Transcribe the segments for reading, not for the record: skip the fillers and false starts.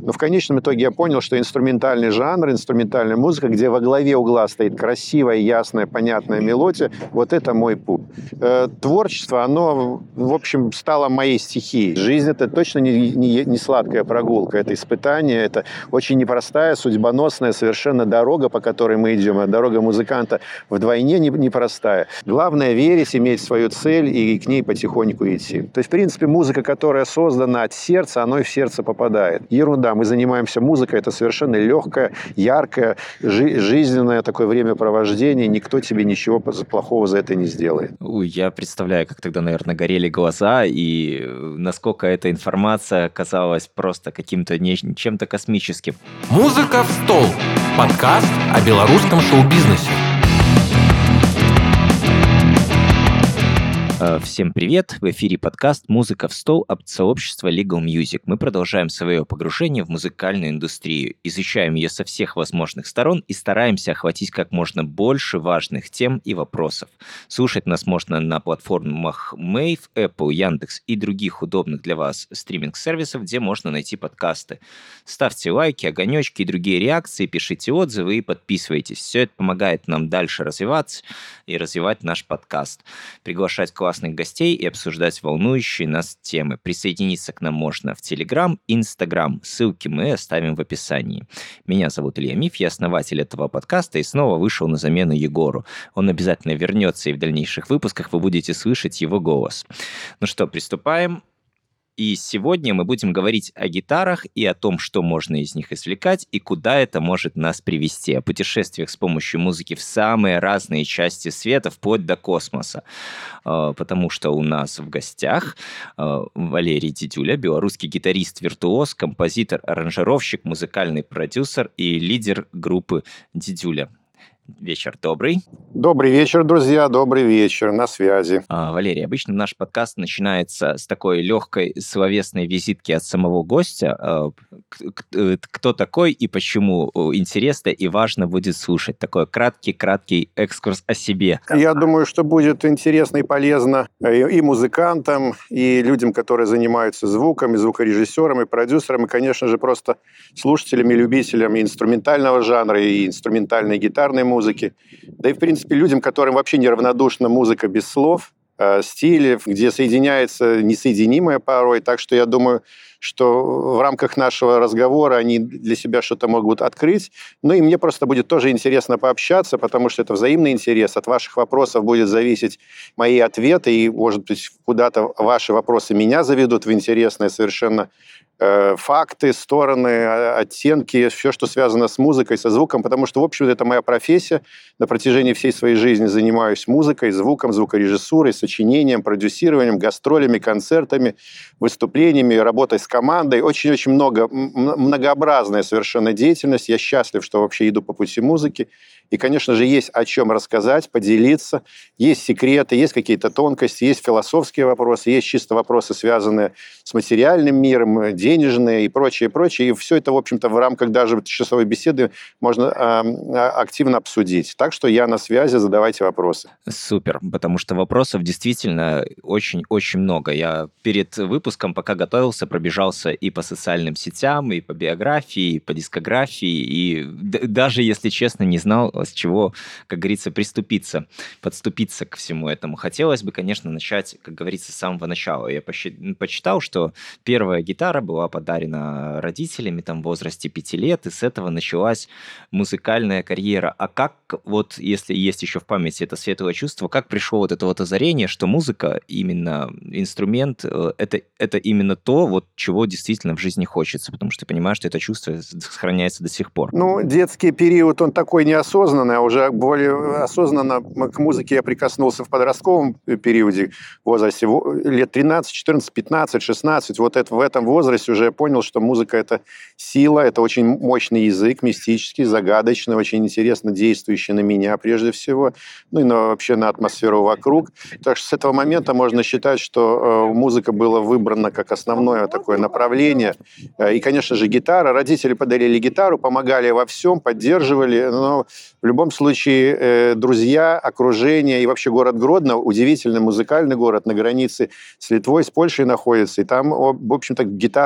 Но в конечном итоге я понял, что инструментальный жанр, инструментальная музыка, где во главе угла стоит красивая, ясная, понятная мелодия, вот это мой путь. Творчество, оно, в общем, стало моей стихией. Жизнь — это точно не сладкая прогулка, это испытание, это очень непростая, судьбоносная совершенно дорога, по которой мы идем. А дорога музыканта вдвойне непростая. Главное — верить, иметь свою цель и к ней потихоньку идти. То есть, в принципе, музыка, которая создана от сердца, она и в сердце попадает. Ерунда. Мы занимаемся музыкой, это совершенно легкое, яркое, жизненное такое времяпровождение. Никто тебе ничего плохого за это не сделает. Я представляю, как тогда, наверное, горели глаза, и насколько эта информация казалась просто каким-то чем-то космическим. «Музыка в стол» – подкаст о белорусском шоу-бизнесе. Всем привет! В эфире подкаст «Музыка в стол» от сообщества Legal Music. Мы продолжаем свое погружение в музыкальную индустрию, изучаем ее со всех возможных сторон и стараемся охватить как можно больше важных тем и вопросов. Слушать нас можно на платформах Mave, Apple, Яндекс и других удобных для вас стриминг-сервисов, где можно найти подкасты. Ставьте лайки, огонечки и другие реакции, пишите отзывы и подписывайтесь. Все это помогает нам дальше развиваться и развивать наш подкаст. Приглашать классных гостей и обсуждать волнующие нас темы. Присоединиться к нам можно в Telegram, Instagram. Ссылки мы оставим в описании. Меня зовут Илья Миф, я основатель этого подкаста и снова вышел на замену Егору. Он обязательно вернется, и в дальнейших выпусках вы будете слышать его голос. Ну что, приступаем. И сегодня мы будем говорить о гитарах и о том, что можно из них извлекать и куда это может нас привести. О путешествиях с помощью музыки в самые разные части света, вплоть до космоса. Потому что у нас в гостях Валерий Дидюля, белорусский гитарист-виртуоз, композитор, аранжировщик, музыкальный продюсер и лидер группы Дидюля. Вечер добрый. Добрый вечер, друзья, добрый вечер, на связи. Валерий, обычно наш подкаст начинается с такой легкой словесной визитки от самого гостя. Кто такой и почему интересно и важно будет слушать. Такой краткий экскурс о себе. Я думаю, что будет интересно и полезно и музыкантам, и людям, которые занимаются звуком, и звукорежиссерам, и продюсерам, и, конечно же, просто слушателям и любителям и инструментального жанра, и инструментальной гитарной музыки. Да и, в принципе, людям, которым вообще неравнодушна музыка без слов, стили, где соединяется несоединимое порой. Так что я думаю, что в рамках нашего разговора они для себя что-то могут открыть. Ну и мне просто будет тоже интересно пообщаться, потому что это взаимный интерес. От ваших вопросов будет зависеть мои ответы, и, может быть, куда-то ваши вопросы меня заведут в интересные совершенно факты, стороны, оттенки, все, что связано с музыкой, со звуком, потому что, в общем, это моя профессия. На протяжении всей своей жизни занимаюсь музыкой, звуком, звукорежиссурой, сочинением, продюсированием, гастролями, концертами, выступлениями, работой с командой. Очень-очень многообразная совершенно деятельность. Я счастлив, что вообще иду по пути музыки. И, конечно же, есть о чем рассказать, поделиться. Есть секреты, есть какие-то тонкости, есть философские вопросы, есть чисто вопросы, связанные с материальным миром, денежные и прочее, прочее. И все это, в общем-то, в рамках даже часовой беседы можно активно обсудить. Так что я на связи, задавайте вопросы. Супер, потому что вопросов действительно очень-очень много. Я перед выпуском, пока готовился, пробежался и по социальным сетям, и по биографии, и по дискографии, и даже, если честно, не знал, с чего, как говорится, подступиться к всему этому. Хотелось бы, конечно, начать, как говорится, с самого начала. Я почитал, что первая гитара была подарена родителями там, в возрасте 5 лет, и с этого началась музыкальная карьера. А как, вот если есть еще в памяти это светлое чувство, как пришло вот это вот озарение, что музыка, именно инструмент, это именно то, вот чего действительно в жизни хочется, потому что ты понимаешь, что это чувство сохраняется до сих пор. Ну, детский период, он такой неосознанный, а уже более осознанно к музыке я прикоснулся в подростковом периоде, в возрасте лет 13, 14, 15, 16. Вот это, в этом возрасте уже я понял, что музыка — это сила, это очень мощный язык, мистический, загадочный, очень интересно действующий на меня прежде всего, ну и вообще на атмосферу вокруг. Так что с этого момента можно считать, что музыка была выбрана как основное такое направление. И, конечно же, гитара. Родители подарили гитару, помогали во всем, поддерживали, но в любом случае, друзья, окружение и вообще город Гродно, удивительный музыкальный город, на границе с Литвой, с Польшей находится. И там, в общем-то, гитарная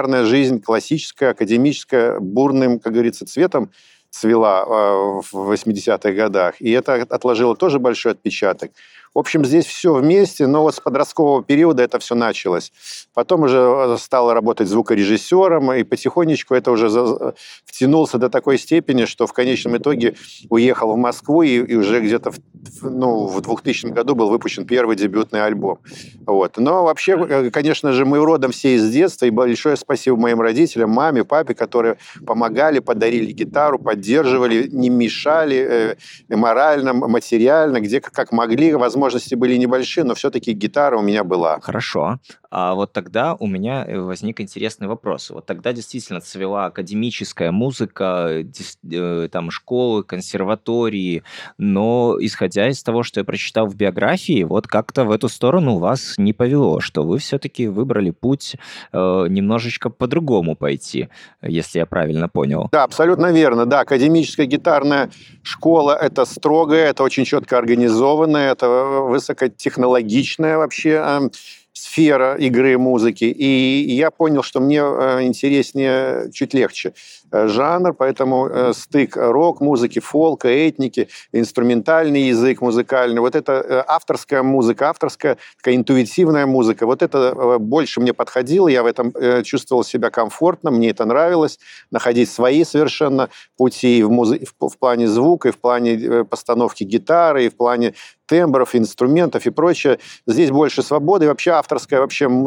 гитарная жизнь, классическая, академическая, бурным, как говорится, цветом цвела в 80-х годах. И это отложило тоже большой отпечаток. В общем, здесь все вместе, но вот с подросткового периода это все началось. Потом уже стал работать звукорежиссером, и потихонечку это уже втянулся до такой степени, что в конечном итоге уехал в Москву, и уже где-то в 2000 году был выпущен первый дебютный альбом. Вот. Но вообще, конечно же, мы родом все из детства, и большое спасибо моим родителям, маме, папе, которые помогали, подарили гитару, поддерживали, не мешали морально, материально, где как могли. Возможности были небольшие, но все-таки гитара у меня была. Хорошо. А вот тогда у меня возник интересный вопрос. Вот тогда действительно цвела академическая музыка, там школы, консерватории, но исходя из того, что я прочитал в биографии, вот как-то в эту сторону вас не повело, что вы все-таки выбрали путь немножечко по-другому пойти, если я правильно понял. Да, абсолютно верно. Да, академическая гитарная школа – это строгая, это очень четко организованная, это высокотехнологичная вообще сфера игры музыки. И я понял, что мне интереснее, чуть легче жанр, поэтому стык рок-музыки, фолка, этники, инструментальный язык музыкальный, вот это авторская музыка, авторская такая интуитивная музыка, вот это больше мне подходило, я в этом чувствовал себя комфортно, мне это нравилось, находить свои совершенно пути в плане звука, и в плане постановки гитары, и в плане тембров, инструментов и прочее. Здесь больше свободы. И вообще авторское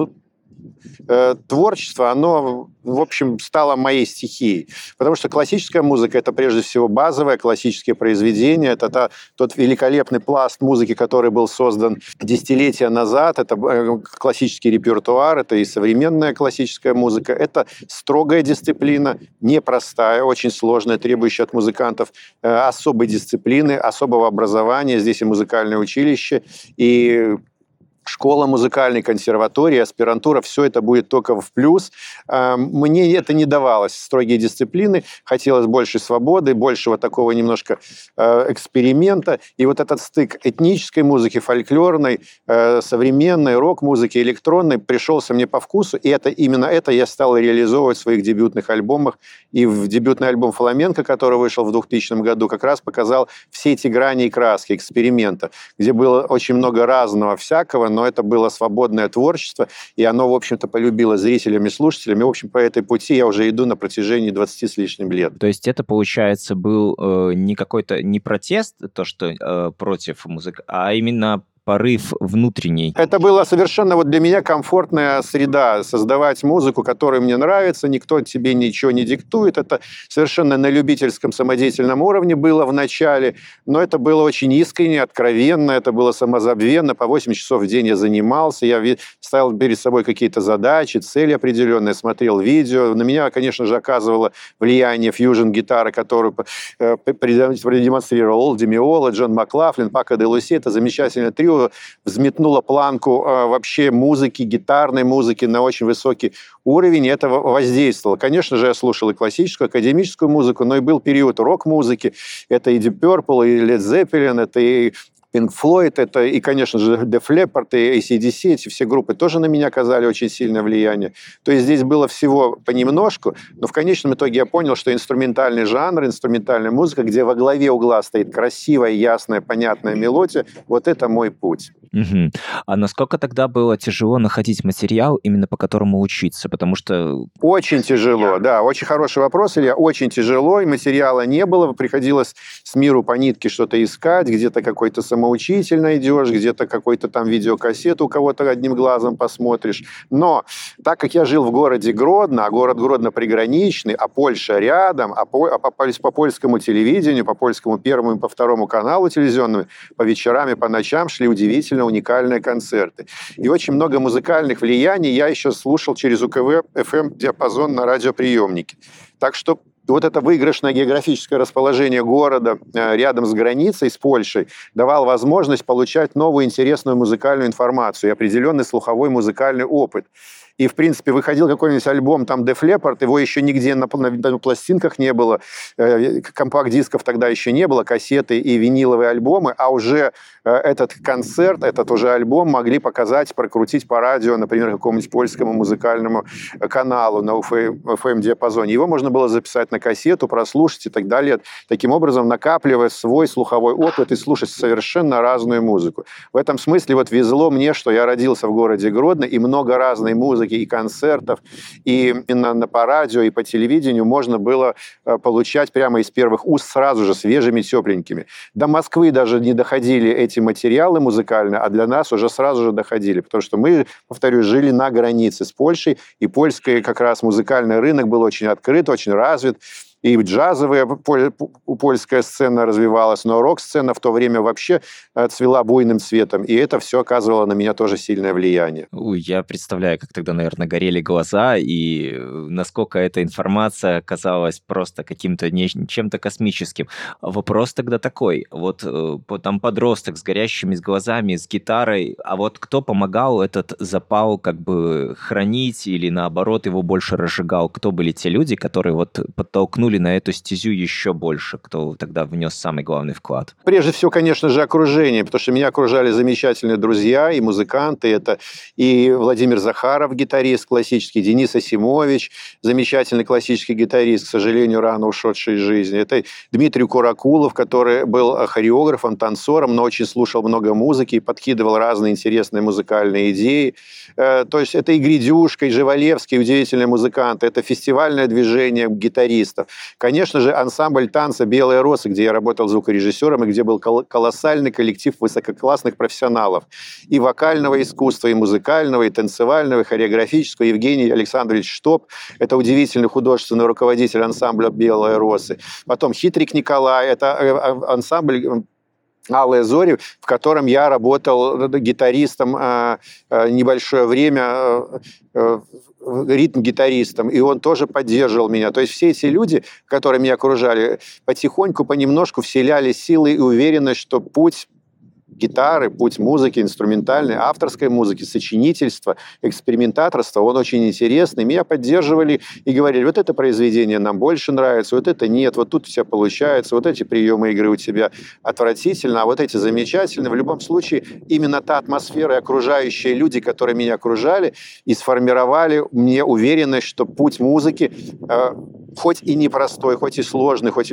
творчество, оно, в общем, стало моей стихией. Потому что классическая музыка – это прежде всего базовое, классические произведения. Это тот великолепный пласт музыки, который был создан десятилетия назад. Это классический репертуар, это и современная классическая музыка. Это строгая дисциплина, непростая, очень сложная, требующая от музыкантов особой дисциплины, особого образования. Здесь и музыкальное училище, и школа музыкальной, консерватория, аспирантура, все это будет только в плюс. Мне это не давалось, строгие дисциплины, хотелось больше свободы, большего такого немножко эксперимента. И вот этот стык этнической музыки, фольклорной, современной, рок-музыки, электронной пришелся мне по вкусу, и именно это я стал реализовывать в своих дебютных альбомах. И в дебютный альбом «Фламенко», который вышел в 2000 году, как раз показал все эти грани и краски эксперимента, где было очень много разного всякого, но это было свободное творчество, и оно, в общем-то, полюбило зрителями, слушателями. В общем, по этой пути я уже иду на протяжении 20 с лишним лет. То есть это, получается, был не какой-то не протест, то, что против музыки, а именно порыв внутренний. Это была совершенно вот для меня комфортная среда, создавать музыку, которая мне нравится, никто тебе ничего не диктует. Это совершенно на любительском самодеятельном уровне было в начале, но это было очень искренне, откровенно, это было самозабвенно. По 8 часов в день я занимался, я ставил перед собой какие-то задачи, цели определенные, смотрел видео. На меня, конечно же, оказывало влияние фьюжн-гитары, которую продемонстрировал Олд Ди Меола, Джон Маклафлин, Пако де Луси. Это замечательное трио, взметнула планку вообще музыки, гитарной музыки на очень высокий уровень, и это воздействовало. Конечно же, я слушал и классическую, академическую музыку, но и был период рок-музыки. Это и Deep Purple, и Led Zeppelin, это и Pink Floyd, это и, конечно же, Def Leppard, и AC/DC, эти все группы тоже на меня оказали очень сильное влияние. То есть здесь было всего понемножку, но в конечном итоге я понял, что инструментальный жанр, инструментальная музыка, где во главе угла стоит красивая, ясная, понятная мелодия, вот это мой путь. Угу. А насколько тогда было тяжело находить материал, именно по которому учиться? Потому что... Очень тяжело, да. Очень хороший вопрос, Илья. Очень тяжело, и материала не было. Приходилось с миру по нитке что-то искать, где-то какой-то самоучитель найдешь, где-то какой-то там видеокассету у кого-то одним глазом посмотришь. Но так как я жил в городе Гродно, а город Гродно приграничный, а Польша рядом, по польскому телевидению, по польскому первому и по второму каналу телевизионному, по вечерам и по ночам шли удивительно уникальные концерты. И очень много музыкальных влияний я еще слушал через УКВ FM-диапазон на радиоприемнике. Так что вот это выигрышное географическое расположение города рядом с границей, с Польшей, давало возможность получать новую интересную музыкальную информацию и определенный слуховой музыкальный опыт. И, в принципе, выходил какой-нибудь альбом, там, Def Leppard, его еще нигде на пластинках не было, компакт-дисков тогда еще не было, кассеты и виниловые альбомы, а уже этот концерт, этот уже альбом могли показать, прокрутить по радио, например, какому-нибудь польскому музыкальному каналу на FM-диапазоне. Его можно было записать на кассету, прослушать и так далее. Таким образом, накапливая свой слуховой опыт и слушать совершенно разную музыку. В этом смысле вот везло мне, что я родился в городе Гродно, и много разной музыки и концертов, и именно по радио, и по телевидению можно было получать прямо из первых уст сразу же, свежими, тепленькими. До Москвы даже не доходили эти материалы музыкальные, а для нас уже сразу же доходили, потому что мы, повторюсь, жили на границе с Польшей, и польский как раз музыкальный рынок был очень открыт, очень развит. И джазовая польская сцена развивалась, но рок-сцена в то время вообще цвела буйным цветом, и это все оказывало на меня тоже сильное влияние. Я представляю, как тогда, наверное, горели глаза, и насколько эта информация казалась просто каким-то чем-то космическим. Вопрос тогда такой, вот там подросток с горящими глазами, с гитарой, а вот кто помогал этот запал как бы хранить или наоборот его больше разжигал? Кто были те люди, которые вот подтолкнули на эту стезю еще больше, кто тогда внес самый главный вклад? Прежде всего, конечно же, окружение, потому что меня окружали замечательные друзья и музыканты. Это и Владимир Захаров, гитарист классический, Денис Асимович, замечательный классический гитарист, к сожалению, рано ушедший из жизни. Это Дмитрий Куракулов, который был хореографом, танцором, но очень слушал много музыки и подкидывал разные интересные музыкальные идеи. То есть это и Гридюшка, и Живалевский, удивительные музыканты. Это фестивальное движение гитаристов. Конечно же, ансамбль танца «Белые росы», где я работал звукорежиссером, и где был колоссальный коллектив высококлассных профессионалов и вокального искусства, и музыкального, и танцевального, и хореографического. Евгений Александрович Штоп – это удивительный художественный руководитель ансамбля «Белые росы». Потом Хитрик Николай – это ансамбль «Алые зори», в котором я работал гитаристом небольшое время, ритм-гитаристом, и он тоже поддерживал меня. То есть все эти люди, которые меня окружали, потихоньку, понемножку вселяли силы и уверенность, что путь гитары, путь музыки, инструментальной, авторской музыки, сочинительства, экспериментаторства, он очень интересный. Меня поддерживали и говорили, вот это произведение нам больше нравится, вот это нет, вот тут у тебя получается, вот эти приемы игры у тебя отвратительно, а вот эти замечательные. В любом случае, именно та атмосфера и окружающие люди, которые меня окружали, и сформировали мне уверенность, что путь музыки, хоть и непростой, хоть и сложный, хоть и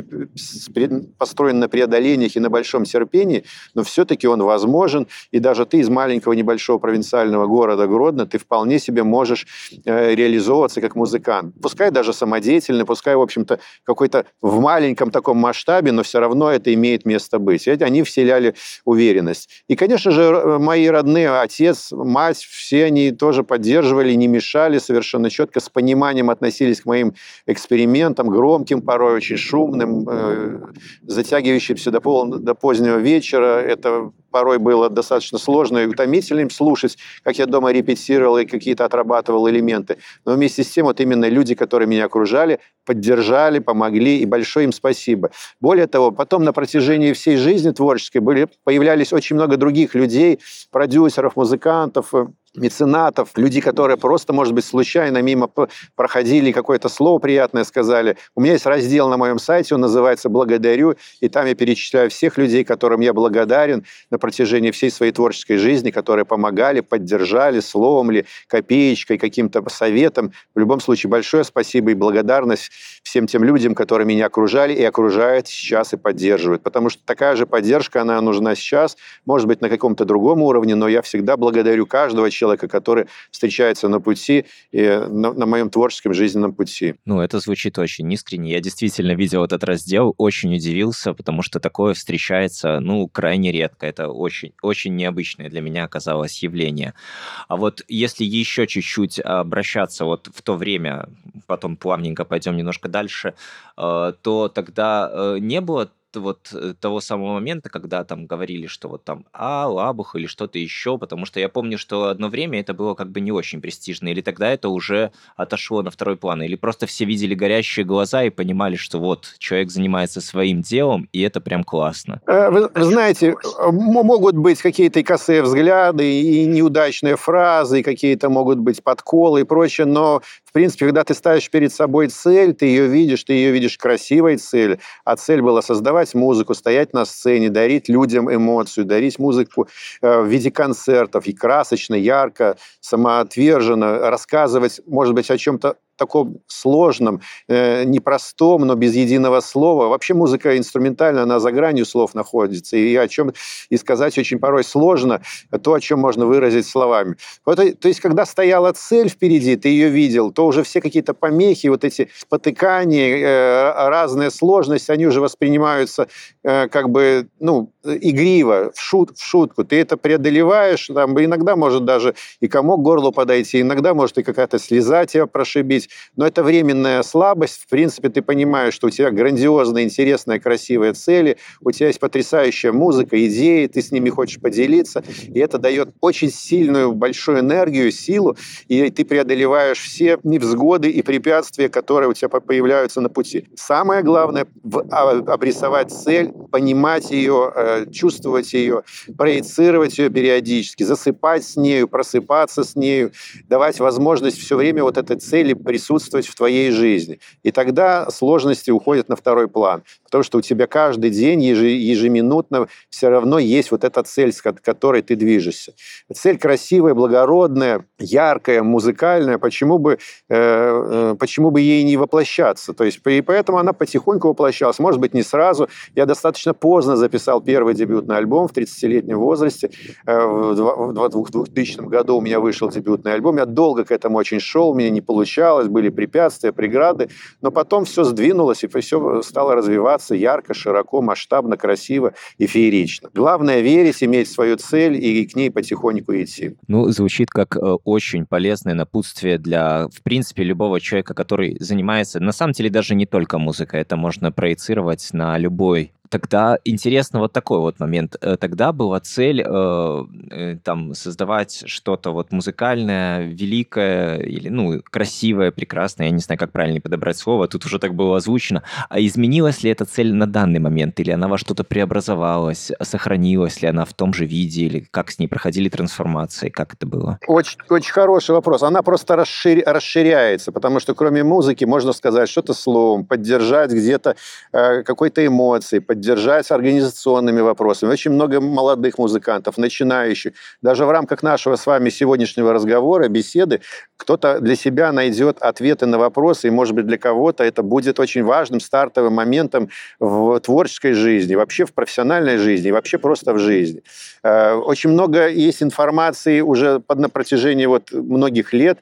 построен на преодолениях и на большом терпении, но все-таки он возможен, и даже ты из маленького небольшого провинциального города Гродно, ты вполне себе можешь реализовываться как музыкант. Пускай даже самодеятельный, пускай, в общем-то, какой-то в маленьком таком масштабе, но все равно это имеет место быть. Ведь они вселяли уверенность. И, конечно же, мои родные, отец, мать, все они тоже поддерживали, не мешали, совершенно четко, с пониманием относились к моим экспериментам, громким, порой очень шумным, затягивающимся до позднего вечера. Это порой было достаточно сложно и утомительно им слушать, как я дома репетировал и какие-то отрабатывал элементы. Но вместе с тем вот именно люди, которые меня окружали, поддержали, помогли, и большое им спасибо. Более того, потом на протяжении всей жизни творческой появлялись очень много других людей, продюсеров, музыкантов, меценатов, людей, которые просто, может быть, случайно мимо проходили, какое-то слово приятное сказали. У меня есть раздел на моем сайте, он называется «Благодарю», и там я перечисляю всех людей, которым я благодарен на протяжении всей своей творческой жизни, которые помогали, поддержали словом ли, копеечкой, каким-то советом. В любом случае, большое спасибо и благодарность всем тем людям, которые меня окружали и окружают сейчас и поддерживают. Потому что такая же поддержка, она нужна сейчас, может быть, на каком-то другом уровне, но я всегда благодарю каждого человека, который встречается на пути, на моем творческом жизненном пути. Ну, это звучит очень искренне. Я действительно видел этот раздел, очень удивился, потому что такое встречается, крайне редко. Это очень, очень необычное для меня оказалось явление. А вот если еще чуть-чуть обращаться вот в то время, потом плавненько пойдем немножко дальше, то тогда не было того самого момента, когда там говорили, что вот там Лабух или что-то еще, потому что я помню, что одно время это было как бы не очень престижно, или тогда это уже отошло на второй план, или просто все видели горящие глаза и понимали, что вот человек занимается своим делом, и это прям классно. Вы знаете, могут быть какие-то и косые взгляды, и неудачные фразы, и какие-то могут быть подколы и прочее, но, в принципе, когда ты ставишь перед собой цель, ты ее видишь красивой цель, а цель была создавать музыку, стоять на сцене, дарить людям эмоцию, дарить музыку в виде концертов, и красочно, ярко, самоотверженно, рассказывать, может быть, о чем-то таком сложном, непростом, но без единого слова. Вообще музыка инструментальная, она за гранью слов находится, и сказать очень порой сложно то, о чем можно выразить словами. То есть, когда стояла цель впереди, ты ее видел, то уже все какие-то помехи, вот эти спотыкания, разные сложности, они уже воспринимаются как бы, игриво, в шутку. Ты это преодолеваешь, там, иногда может даже и комок к горлу подойти, иногда может и какая-то слеза тебя прошибить, но это временная слабость. В принципе, ты понимаешь, что у тебя грандиозные, интересные, красивые цели, у тебя есть потрясающая музыка, идеи, ты с ними хочешь поделиться, и это дает очень сильную, большую энергию, силу, и ты преодолеваешь все невзгоды и препятствия, которые у тебя появляются на пути. Самое главное — обрисовать цель, понимать ее, чувствовать ее, проецировать ее периодически, засыпать с нею, просыпаться с нею, давать возможность все время вот этой цели присутствовать в твоей жизни. И тогда сложности уходят на второй план. Потому что у тебя каждый день, ежеминутно все равно есть вот эта цель, с которой ты движешься. Цель красивая, благородная, яркая, музыкальная. Почему бы ей не воплощаться? То есть, и поэтому она потихоньку воплощалась. Может быть, не сразу. Я достаточно поздно записал первый дебютный альбом в 30-летнем возрасте. В 2000 году у меня вышел дебютный альбом. Я долго к этому очень шел, у меня не получалось, были препятствия, преграды. Но потом все сдвинулось, и все стало развиваться ярко, широко, масштабно, красиво и феерично. Главное — верить, иметь свою цель и к ней потихоньку идти. Звучит как очень полезное напутствие для, в принципе, любого человека, который занимается, на самом деле, даже не только музыкой, это можно проецировать на любой. Тогда интересно вот такой вот момент. Тогда была цель там создавать что-то вот музыкальное, великое или красивое, прекрасное, я не знаю, как правильно подобрать слово, тут уже так было озвучено. А изменилась ли эта цель на данный момент, или она во что-то преобразовалась, сохранилась ли она в том же виде, или как с ней проходили трансформации, как это было? Очень, очень хороший вопрос. Она просто расширяется, потому что кроме музыки можно сказать что-то словом, поддержать где-то какой-то эмоции, поддержать организационными вопросами. Очень много молодых музыкантов, начинающих. Даже в рамках нашего с вами сегодняшнего разговора, беседы, кто-то для себя найдет ответы на вопросы, и, может быть, для кого-то это будет очень важным стартовым моментом в творческой жизни, вообще в профессиональной жизни, и вообще просто в жизни. Очень много есть информации уже на протяжении многих лет,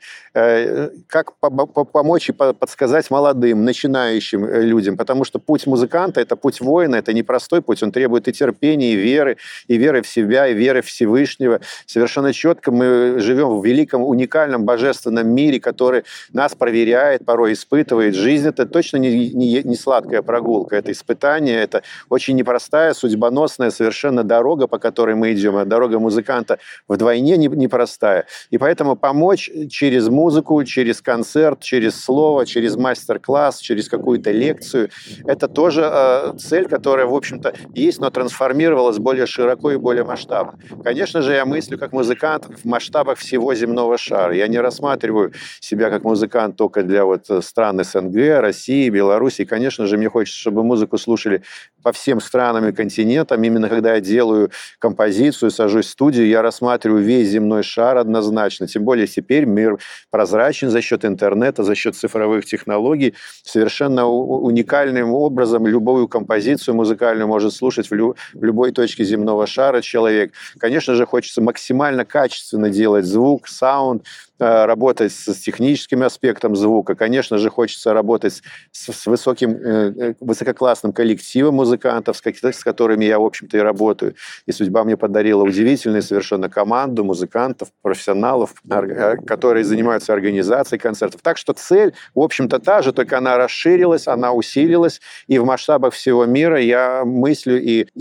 как помочь и подсказать молодым, начинающим людям, потому что путь музыканта — это путь воина, это непростой путь, он требует и терпения, и веры в себя, и веры в Всевышнего. Совершенно четко мы живем в великом, уникальном, божественном мире, который нас проверяет, порой испытывает. Жизнь — это точно не сладкая прогулка, это испытание, это очень непростая, судьбоносная совершенно дорога, по которой мы идем, а дорога музыканта вдвойне непростая. И поэтому помочь через музыку, через концерт, через слово, через мастер-класс, через какую-то лекцию — это тоже цель, которая, в общем-то, есть, но трансформировалась более широко и более масштабно. Конечно же, я мыслю как музыкант в масштабах всего земного шара. Я не рассматриваю себя как музыкант только для стран СНГ, России, Беларуси. И, конечно же, мне хочется, чтобы музыку слушали по всем странам и континентам. Именно когда я делаю композицию, сажусь в студию, я рассматриваю весь земной шар однозначно. Тем более теперь мир прозрачен за счет интернета, за счет цифровых технологий. Совершенно уникальным образом любую композицию музыкальную может слушать в любой точке земного шара человек. Конечно же, хочется максимально качественно делать звук, саунд, работать с техническим аспектом звука. Конечно же, хочется работать с высококлассным коллективом музыкантов, с которыми я, в общем-то, и работаю. И судьба мне подарила удивительную совершенно команду музыкантов, профессионалов, которые занимаются организацией концертов. Так что цель, в общем-то, та же, только она расширилась, она усилилась, и в масштабах всего мира я мыслю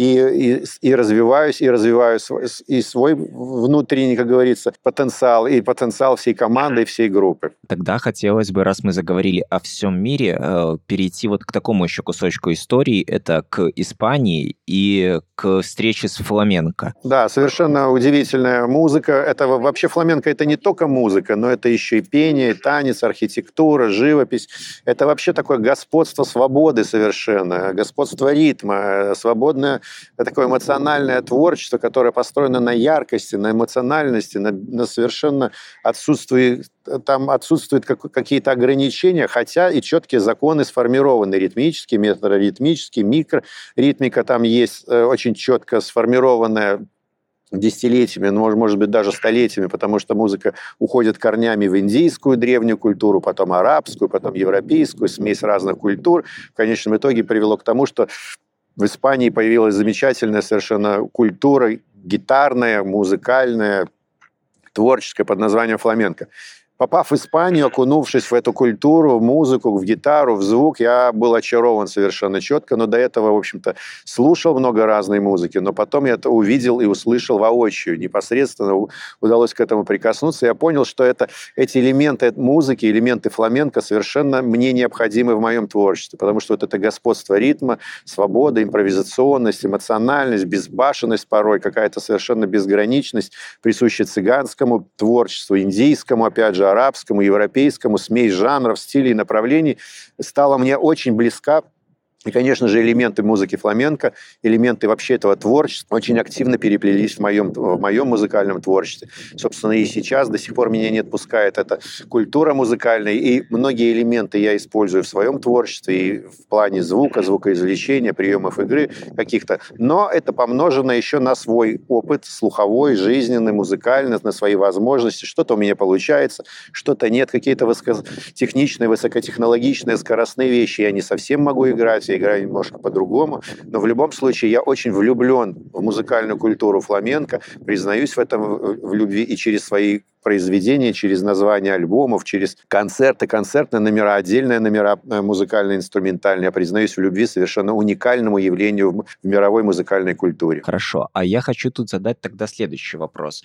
и развиваюсь, и развиваю свой внутренний, как говорится, потенциал, и потенциал всей команды, и всей группы. Тогда хотелось бы, раз мы заговорили о всем мире, перейти вот к такому еще кусочку истории, это к Испании и к встрече с фламенко. Да, совершенно удивительная музыка. Это вообще фламенко — это не только музыка, но это еще и пение, танец, архитектура, живопись. Это вообще такое господство свободы совершенно, господство ритма, свободное такое эмоциональное творчество, которое построено на яркости, на эмоциональности, на совершенно отсутствии. Там отсутствуют какие-то ограничения, хотя и четкие законы сформированы, ритмические, метроритмические, микроритмика там есть очень четко сформированная десятилетиями, может быть, даже столетиями, потому что музыка уходит корнями в индийскую древнюю культуру, потом арабскую, потом европейскую, смесь разных культур. В конечном итоге привело к тому, что в Испании появилась замечательная совершенно культура гитарная, музыкальная, творческая под названием фламенко. Попав в Испанию, окунувшись в эту культуру, в музыку, в гитару, в звук, я был очарован совершенно четко, но до этого, в общем-то, слушал много разной музыки, но потом я это увидел и услышал воочию, непосредственно удалось к этому прикоснуться. Я понял, что эти элементы музыки, элементы фламенко совершенно мне необходимы в моем творчестве, потому что вот это господство ритма, свобода, импровизационность, эмоциональность, безбашенность порой, какая-то совершенно безграничность, присущая цыганскому творчеству, индийскому, опять же, арабскому, европейскому, смесь жанров, стилей и направлений стала мне очень близка. И, конечно же, элементы музыки фламенко, элементы вообще этого творчества очень активно переплелись в моем музыкальном творчестве. Собственно, и сейчас до сих пор меня не отпускает эта культура музыкальная, и многие элементы я использую в своем творчестве и в плане звука, звукоизвлечения, приемов игры каких-то. Но это помножено еще на свой опыт слуховой, жизненный, музыкальный, на свои возможности. Что-то у меня получается, что-то нет. Какие-то высокотехничные, высокотехнологичные, скоростные вещи я не совсем могу играть. Я играю немножко по-другому, но в любом случае я очень влюблен в музыкальную культуру фламенко, признаюсь в этом в любви и через свои произведения, через названия альбомов, через концерты, концертные номера, отдельные номера музыкальные, инструментальные. Я признаюсь в любви совершенно уникальному явлению в мировой музыкальной культуре. Хорошо. А я хочу тут задать тогда следующий вопрос.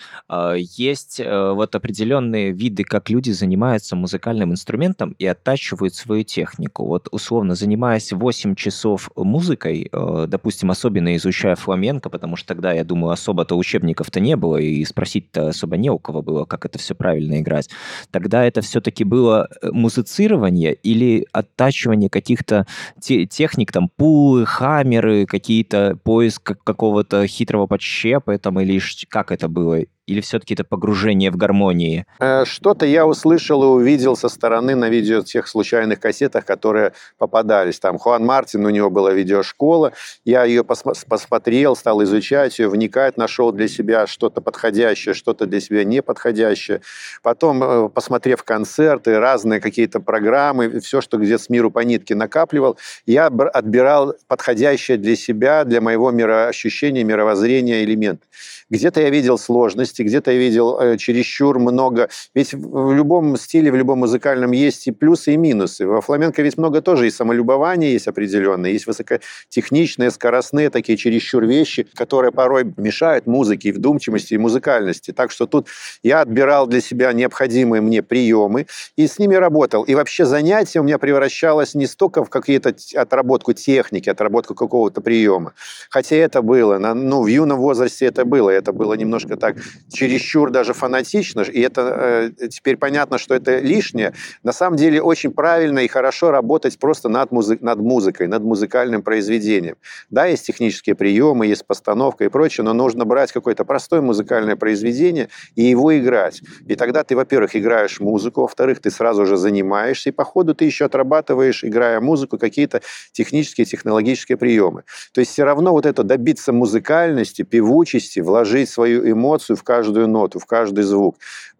Есть вот определенные виды, как люди занимаются музыкальным инструментом и оттачивают свою технику. Вот условно, занимаясь 8 часов музыкой, допустим, особенно изучая фламенко, потому что тогда, я думаю, особо-то учебников-то не было, и спросить-то особо не у кого было, как это все правильно играть. Тогда это все-таки было музицирование или оттачивание каких-то техник, там, пулы, хаммеры, какие-то поиск какого-то хитрого подщепа, там, или как это было? Или все-таки это погружение в гармонии? Что-то я услышал и увидел со стороны на видео тех случайных кассетах, которые попадались. Там Хуан Мартин, у него была видеошкола. Я ее посмотрел, стал изучать ее, вникать, нашел для себя что-то подходящее, что-то для себя неподходящее. Потом, посмотрев концерты, разные какие-то программы, все, что где-то с миру по нитке накапливал, я отбирал подходящее для себя, для моего мироощущения, мировоззрения элемент. Где-то я видел сложности, где-то я видел чересчур много. Ведь в любом стиле, в любом музыкальном есть и плюсы, и минусы. Во фламенко ведь много тоже и самолюбования есть определенные, есть высокотехничные, скоростные такие чересчур вещи, которые порой мешают музыке, и вдумчивости, и музыкальности. Так что тут я отбирал для себя необходимые мне приемы и с ними работал. И вообще занятие у меня превращалось не столько в какие-то отработку техники, отработку какого-то приема. Хотя это было, в юном возрасте это было немножко так чересчур даже фанатично, и это теперь понятно, что это лишнее. На самом деле очень правильно и хорошо работать просто над музыкой, над музыкальным произведением. Да, есть технические приемы, есть постановка и прочее, но нужно брать какое-то простое музыкальное произведение и его играть. И тогда ты, во-первых, играешь музыку, во-вторых, ты сразу же занимаешься, и по ходу ты еще отрабатываешь, играя музыку, какие-то технические, технологические приемы. То есть все равно вот это добиться музыкальности, певучести, вложить свою эмоцию в каждую ноту, в каждый звук.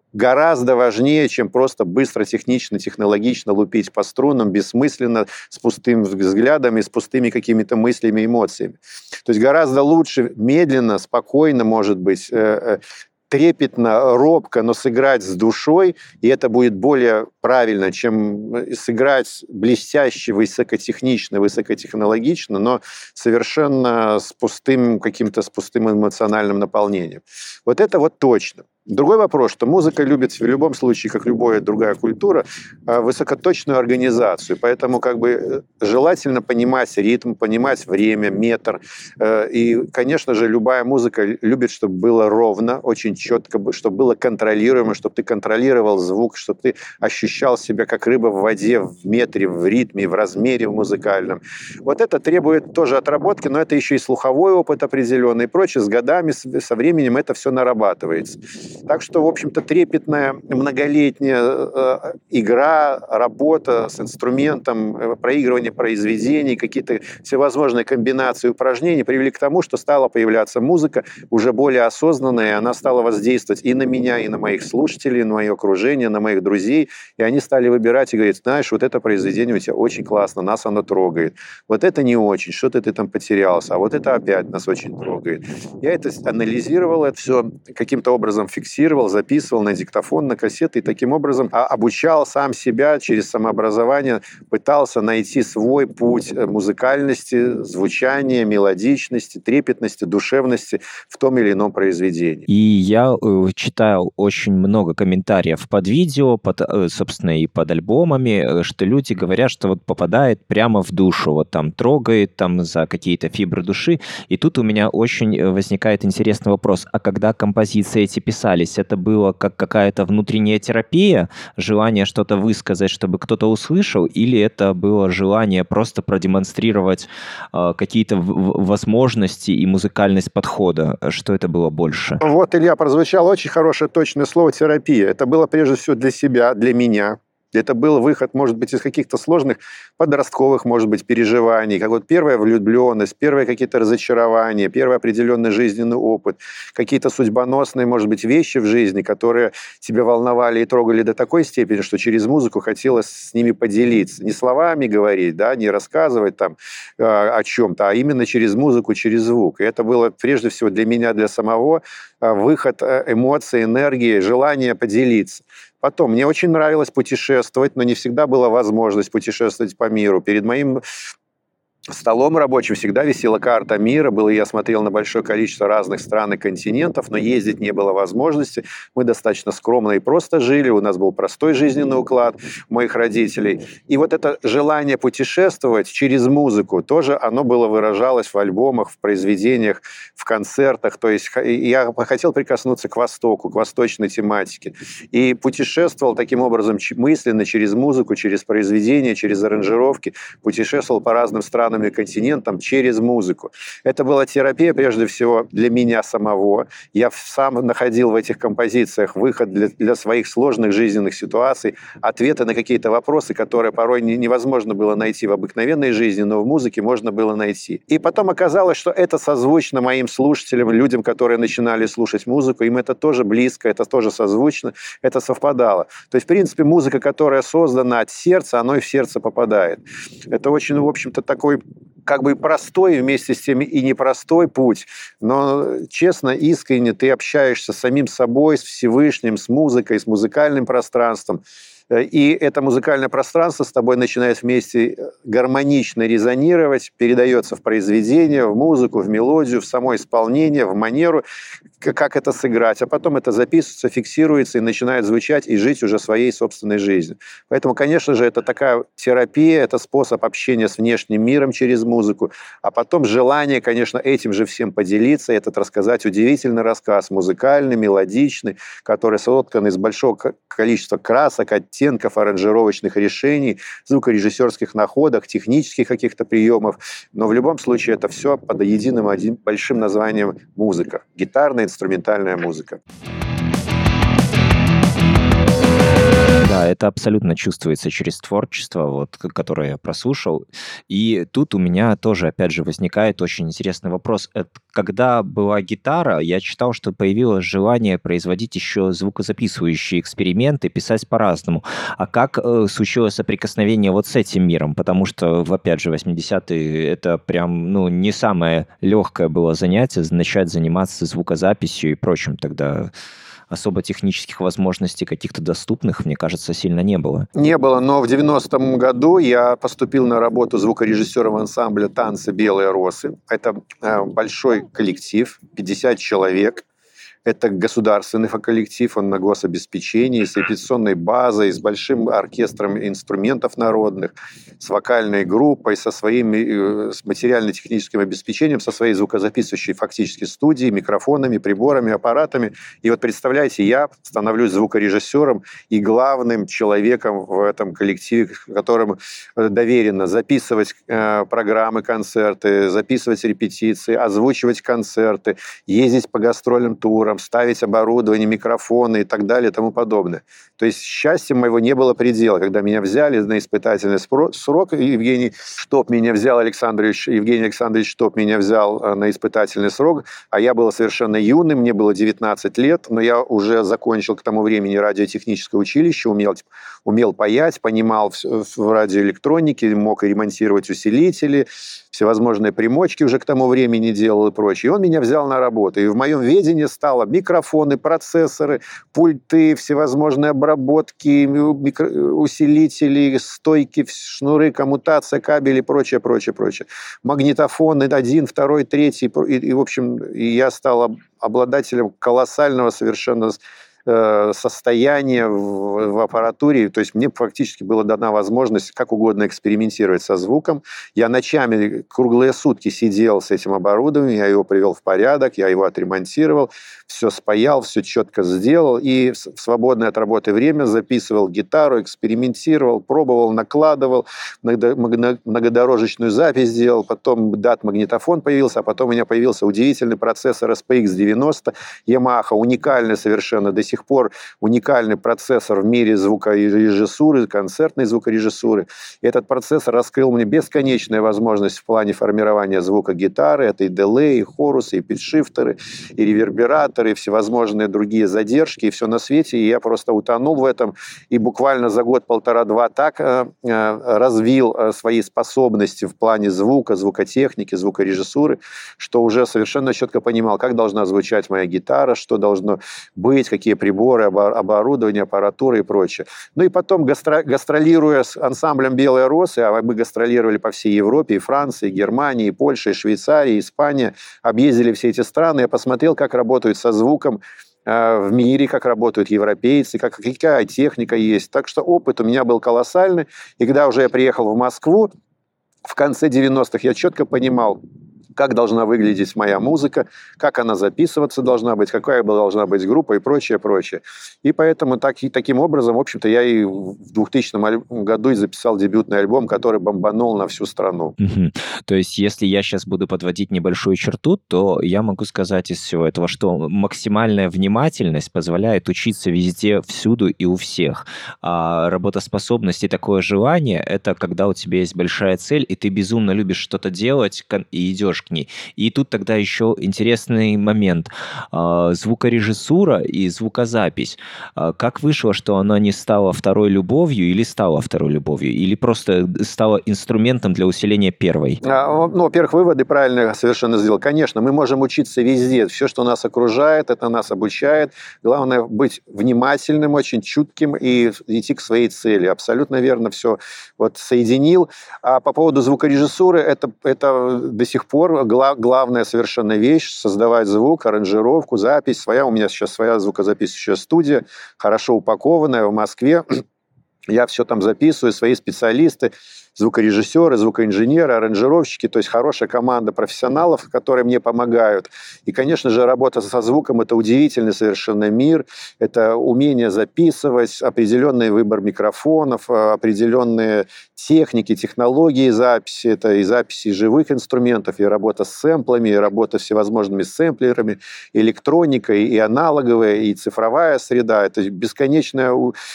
гораздо важнее, чем просто быстро, технично, технологично лупить по струнам, бессмысленно, с пустым взглядом и с пустыми какими-то мыслями, эмоциями. То есть гораздо лучше медленно, спокойно, может быть, трепетно, робко, но сыграть с душой, и это будет более правильно, чем сыграть блестяще, высокотехнично, высокотехнологично, но совершенно с пустым эмоциональным наполнением. Вот это вот точно. Другой вопрос, что музыка любит в любом случае, как любая другая культура, высокоточную организацию. Поэтому желательно понимать ритм, понимать время, метр. И, конечно же, любая музыка любит, чтобы было ровно, очень четко, чтобы было контролируемо, чтобы ты контролировал звук, чтобы ты ощущал себя как рыба в воде, в метре, в ритме, в размере в музыкальном. Вот это требует тоже отработки, но это еще и слуховой опыт определенный и прочее. С годами, со временем это все нарабатывается. Так что, в общем-то, трепетная многолетняя игра, работа с инструментом, проигрывание произведений, какие-то всевозможные комбинации упражнений привели к тому, что стала появляться музыка уже более осознанная, и она стала воздействовать и на меня, и на моих слушателей, и на мое окружение, на моих друзей, и они стали выбирать и говорить: знаешь, вот это произведение у тебя очень классно, нас оно трогает, вот это не очень, что-то ты там потерялся, а вот это опять нас очень трогает. Я это анализировал, это все каким-то образом фиксировал, записывал на диктофон, на кассеты, и таким образом обучал сам себя через самообразование, пытался найти свой путь музыкальности, звучания, мелодичности, трепетности, душевности в том или ином произведении. И я читаю очень много комментариев под видео, собственно, и под альбомами, что люди говорят, что вот попадает прямо в душу, вот там трогает там за какие-то фибры души. И тут у меня очень возникает интересный вопрос: а когда композиции эти писались, это было как какая-то внутренняя терапия, желание что-то высказать, чтобы кто-то услышал, или это было желание просто продемонстрировать какие-то возможности и музыкальность подхода? Что это было больше? Вот, Илья, прозвучало очень хорошее, точное слово «терапия». Это было прежде всего для себя, для меня. Это был выход, может быть, из каких-то сложных подростковых, может быть, переживаний, как вот первая влюбленность, первые какие-то разочарования, первый определенный жизненный опыт, какие-то судьбоносные, может быть, вещи в жизни, которые тебя волновали и трогали до такой степени, что через музыку хотелось с ними поделиться. Не словами говорить, да, не рассказывать там о чем-то, а именно через музыку, через звук. И это было прежде всего для меня, для самого, выход эмоций, энергии, желание поделиться. Потом, мне очень нравилось путешествовать, но не всегда была возможность путешествовать по миру. Перед моим столом рабочим всегда висела карта мира. Я смотрел на большое количество разных стран и континентов, но ездить не было возможности. Мы достаточно скромно и просто жили. У нас был простой жизненный уклад у моих родителей. И вот это желание путешествовать через музыку тоже оно выражалось в альбомах, в произведениях, в концертах. То есть я хотел прикоснуться к Востоку, к восточной тематике. И путешествовал таким образом мысленно через музыку, через произведения, через аранжировки. Путешествовал по разным странам и континентам через музыку. Это была терапия, прежде всего, для меня самого. Я сам находил в этих композициях выход для своих сложных жизненных ситуаций, ответы на какие-то вопросы, которые порой невозможно было найти в обыкновенной жизни, но в музыке можно было найти. И потом оказалось, что это созвучно моим слушателям, людям, которые начинали слушать музыку, им это тоже близко, это тоже созвучно, это совпадало. То есть, в принципе, музыка, которая создана от сердца, она и в сердце попадает. Это очень, в общем-то, такой как бы простой, вместе с тем и непростой путь, но честно, искренне ты общаешься с самим собой, с Всевышним, с музыкой, с музыкальным пространством. И это музыкальное пространство с тобой начинает вместе гармонично резонировать, передается в произведение, в музыку, в мелодию, в само исполнение, в манеру, как это сыграть. А потом это записывается, фиксируется и начинает звучать и жить уже своей собственной жизнью. Поэтому, конечно же, это такая терапия, это способ общения с внешним миром через музыку. А потом желание, конечно, этим же всем поделиться, этот рассказать удивительный рассказ, музыкальный, мелодичный, который соткан из большого количества красок, оттенков, аранжировочных решений, звукорежиссерских находок, технических каких-то приемов. Но в любом случае это все под единым большим названием музыка. Гитарная, инструментальная музыка. Да, это абсолютно чувствуется через творчество, вот, которое я прослушал. И тут у меня тоже, опять же, возникает очень интересный вопрос. Когда была гитара, я читал, что появилось желание производить еще звукозаписывающие эксперименты, писать по-разному. А как случилось соприкосновение вот с этим миром? Потому что, опять же, 80-е это прям, не самое легкое было занятие, начать заниматься звукозаписью и прочим тогда. Особо технических возможностей каких-то доступных, мне кажется, сильно не было. Не было, но в 90-м году я поступил на работу звукорежиссером ансамбля «Танцы Белые росы». Это большой коллектив, 50 человек. Это государственный коллектив, он на гособеспечении, с репетиционной базой, с большим оркестром инструментов народных, с вокальной группой, с материально-техническим обеспечением, со своей звукозаписывающей фактически студией, микрофонами, приборами, аппаратами. И вот представляете, я становлюсь звукорежиссером и главным человеком в этом коллективе, которому доверено записывать программы, концерты, записывать репетиции, озвучивать концерты, ездить по гастрольным турам, ставить оборудование, микрофоны и так далее и тому подобное. То есть счастья моего не было предела. Когда меня взяли на испытательный срок, Евгений Александрович Штоп меня взял на испытательный срок, а я был совершенно юным, мне было 19 лет, но я уже закончил к тому времени радиотехническое училище, умел паять, понимал в радиоэлектронике, мог ремонтировать усилители, всевозможные примочки уже к тому времени делал и прочее. И он меня взял на работу. И в моем ведении стало микрофоны, процессоры, пульты, всевозможные обработки, усилители, стойки, шнуры, коммутация, кабели и прочее. Магнитофоны 1, 2, 3. И, в общем, я стал обладателем колоссального совершенно состояние в аппаратуре, то есть мне фактически была дана возможность как угодно экспериментировать со звуком. Я ночами круглые сутки сидел с этим оборудованием, я его привел в порядок, я его отремонтировал, все спаял, все четко сделал, и в свободное от работы время записывал гитару, экспериментировал, пробовал, накладывал, многодорожечную запись сделал, потом DAT-магнитофон появился, а потом у меня появился удивительный процессор SPX 90 Yamaha, уникальный совершенно, до сих пор уникальный процессор в мире звукорежиссуры, концертной звукорежиссуры. И этот процессор раскрыл мне бесконечные возможности в плане формирования звука гитары. Это и делей, и хорусы, и питчшифтеры, и ревербераторы, и всевозможные другие задержки, и все на свете. И я просто утонул в этом. И буквально за год, полтора-два так развил свои способности в плане звука, звукотехники, звукорежиссуры, что уже совершенно четко понимал, как должна звучать моя гитара, что должно быть, какие приборы, оборудование, аппаратура и прочее. Ну и потом, гастролируя с ансамблем «Белые росы», а мы гастролировали по всей Европе, и Франции, и Германии, и Польше, и Швейцарии, и Испания, объездили все эти страны, я посмотрел, как работают со звуком в мире, как работают европейцы, какая техника есть. Так что опыт у меня был колоссальный. И когда уже я приехал в Москву, в конце 90-х я четко понимал, как должна выглядеть моя музыка, как она записываться должна быть, какая должна быть группа и прочее. И поэтому таким образом, в общем-то, я и в 2000 году записал дебютный альбом, который бомбанул на всю страну. Угу. То есть, если я сейчас буду подводить небольшую черту, то я могу сказать из всего этого, что максимальная внимательность позволяет учиться везде, всюду и у всех. А работоспособность и такое желание — это когда у тебя есть большая цель, и ты безумно любишь что-то делать, и идешь к ней. И тут тогда еще интересный момент. Звукорежиссура и звукозапись. Как вышло, что она не стала второй любовью, или стала второй любовью, или просто стала инструментом для усиления первой? Ну, во-первых, выводы правильно совершенно сделал. Конечно, мы можем учиться везде. Все, что нас окружает, это нас обучает. Главное быть внимательным, очень чутким и идти к своей цели. Абсолютно верно все вот соединил. А по поводу звукорежиссуры, это до сих пор главная совершенно вещь — создавать звук, аранжировку, запись. У меня сейчас своя звукозаписывающая студия, хорошо упакованная в Москве. Я все там записываю, свои специалисты. звукорежиссеры, звукоинженеры, аранжировщики, то есть хорошая команда профессионалов, которые мне помогают. И, конечно же, работа со звуком – это удивительный совершенно мир, это умение записывать, определенный выбор микрофонов, определенные техники, технологии записи, это и записи живых инструментов, и работа с сэмплами, и работа с всевозможными сэмплерами, электроникой, и аналоговая, и цифровая среда. Это бесконечная,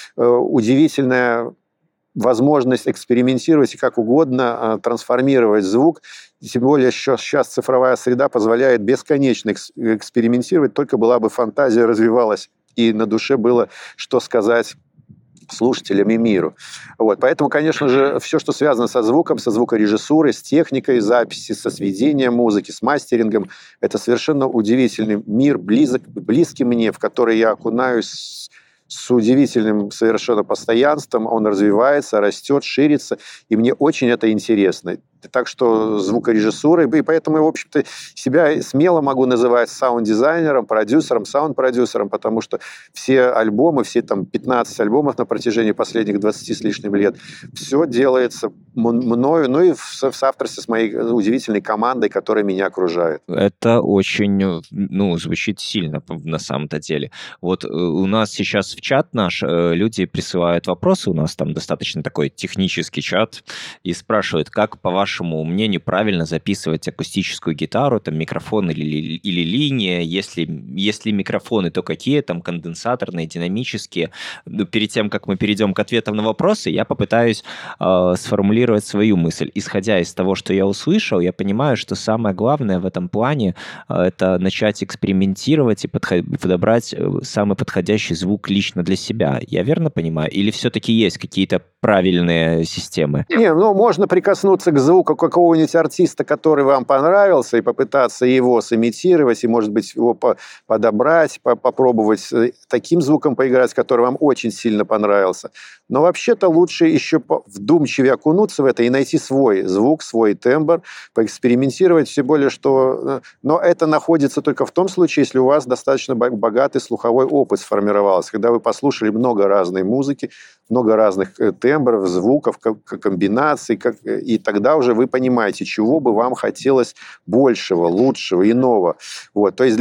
удивительная возможность экспериментировать и как угодно трансформировать звук. Тем более сейчас цифровая среда позволяет бесконечно экспериментировать, только была бы фантазия развивалась, и на душе было что сказать слушателям и миру. Вот. Поэтому, конечно же, все, что связано со звуком, со звукорежиссурой, с техникой записи, со сведением музыки, с мастерингом, это совершенно удивительный мир, близкий мне, в который я окунаюсь с удивительным совершенно постоянством. Он развивается, растет, ширится, и мне очень это интересно. Так что звукорежиссура, и поэтому, в общем-то, себя смело могу называть саунд-дизайнером, продюсером, саунд-продюсером, потому что все альбомы, все там 15 альбомов на протяжении последних 20 с лишним лет, все делается мною, ну и в соавторстве с моей удивительной командой, которая меня окружает. Это очень, звучит сильно на самом-то деле. Вот у нас сейчас в чат наш люди присылают вопросы, у нас там достаточно такой технический чат, и спрашивают, как, по вашему мнению, правильно записывать акустическую гитару, там микрофон или линия, если микрофоны, то какие, там конденсаторные, динамические. Перед тем, как мы перейдем к ответам на вопросы, я попытаюсь сформулировать свою мысль. Исходя из того, что я услышал, я понимаю, что самое главное в этом плане это начать экспериментировать и подобрать самый подходящий звук лично для себя. Я верно понимаю? Или все-таки есть какие-то правильные системы? Можно прикоснуться к звуку какого-нибудь артиста, который вам понравился, и попытаться его сымитировать, и, может быть, его подобрать, попробовать таким звуком поиграть, который вам очень сильно понравился. Но вообще-то лучше еще вдумчивее окунуться в это и найти свой звук, свой тембр, поэкспериментировать, тем более, что... Но это находится только в том случае, если у вас достаточно богатый слуховой опыт сформировался, когда вы послушали много разной музыки, много разных тембров, звуков, комбинаций, и тогда уже вы понимаете, чего бы вам хотелось большего, лучшего, иного. Вот. То есть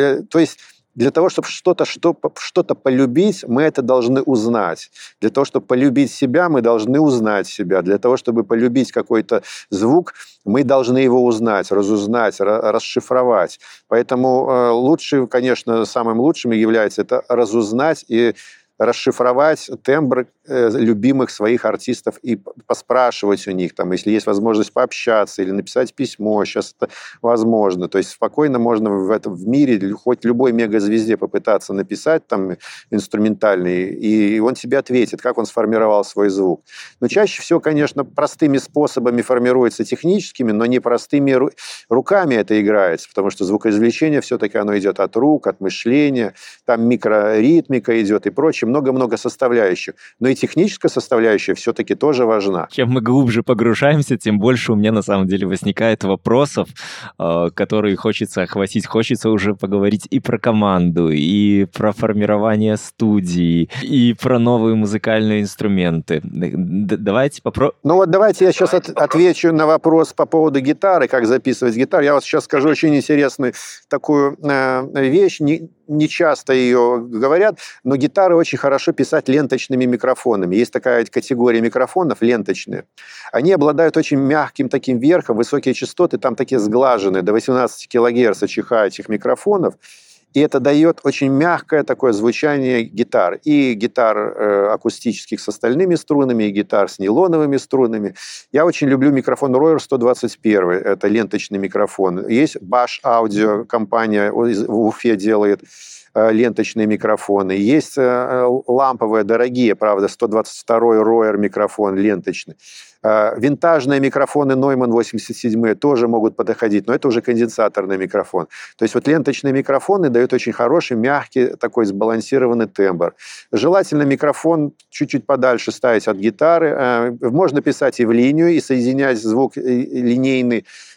для того, чтобы что-то полюбить, мы это должны узнать. Для того, чтобы полюбить себя, мы должны узнать себя. Для того, чтобы полюбить какой-то звук, мы должны его узнать, разузнать, расшифровать. Поэтому лучше, конечно, самым лучшим является это разузнать и расшифровать тембр любимых своих артистов и поспрашивать у них, там, если есть возможность пообщаться или написать письмо, сейчас это возможно. То есть спокойно можно в мире хоть любой мегазвезде попытаться написать там инструментальный, и он тебе ответит, как он сформировал свой звук. Но чаще всего, конечно, простыми способами формируется техническими, но не простыми руками это играется, потому что звукоизвлечение все-таки оно идет от рук, от мышления, там микроритмика идет и прочее, много-много составляющих. Но и техническая составляющая все-таки тоже важна. Чем мы глубже погружаемся, тем больше у меня на самом деле возникает вопросов, которые хочется охватить. Хочется уже поговорить и про команду, и про формирование студии, и про новые музыкальные инструменты. Давайте попробуем. Давайте я сейчас отвечу на вопрос по поводу гитары, как записывать гитару. Я вот сейчас скажу очень интересную такую вещь. Не часто ее говорят, но гитары очень хорошо писать ленточными микрофонами. Есть такая категория микрофонов ленточные. Они обладают очень мягким таким верхом, высокие частоты там такие сглаженные, до 18 кГц чихают этих микрофонов. И это дает очень мягкое такое звучание гитар. И гитар акустических с остальными струнами, и гитар с нейлоновыми струнами. Я очень люблю микрофон Royer 121. Это ленточный микрофон. Есть Bosch Audio, компания в Уфе делает ленточные микрофоны. Есть ламповые, дорогие, правда, 122-й Royer микрофон ленточный. Винтажные микрофоны Neumann 87 тоже могут подходить, но это уже конденсаторный микрофон. То есть вот ленточные микрофоны дают очень хороший, мягкий, такой сбалансированный тембр. Желательно микрофон чуть-чуть подальше ставить от гитары. Можно писать и в линию, и соединять звук линейный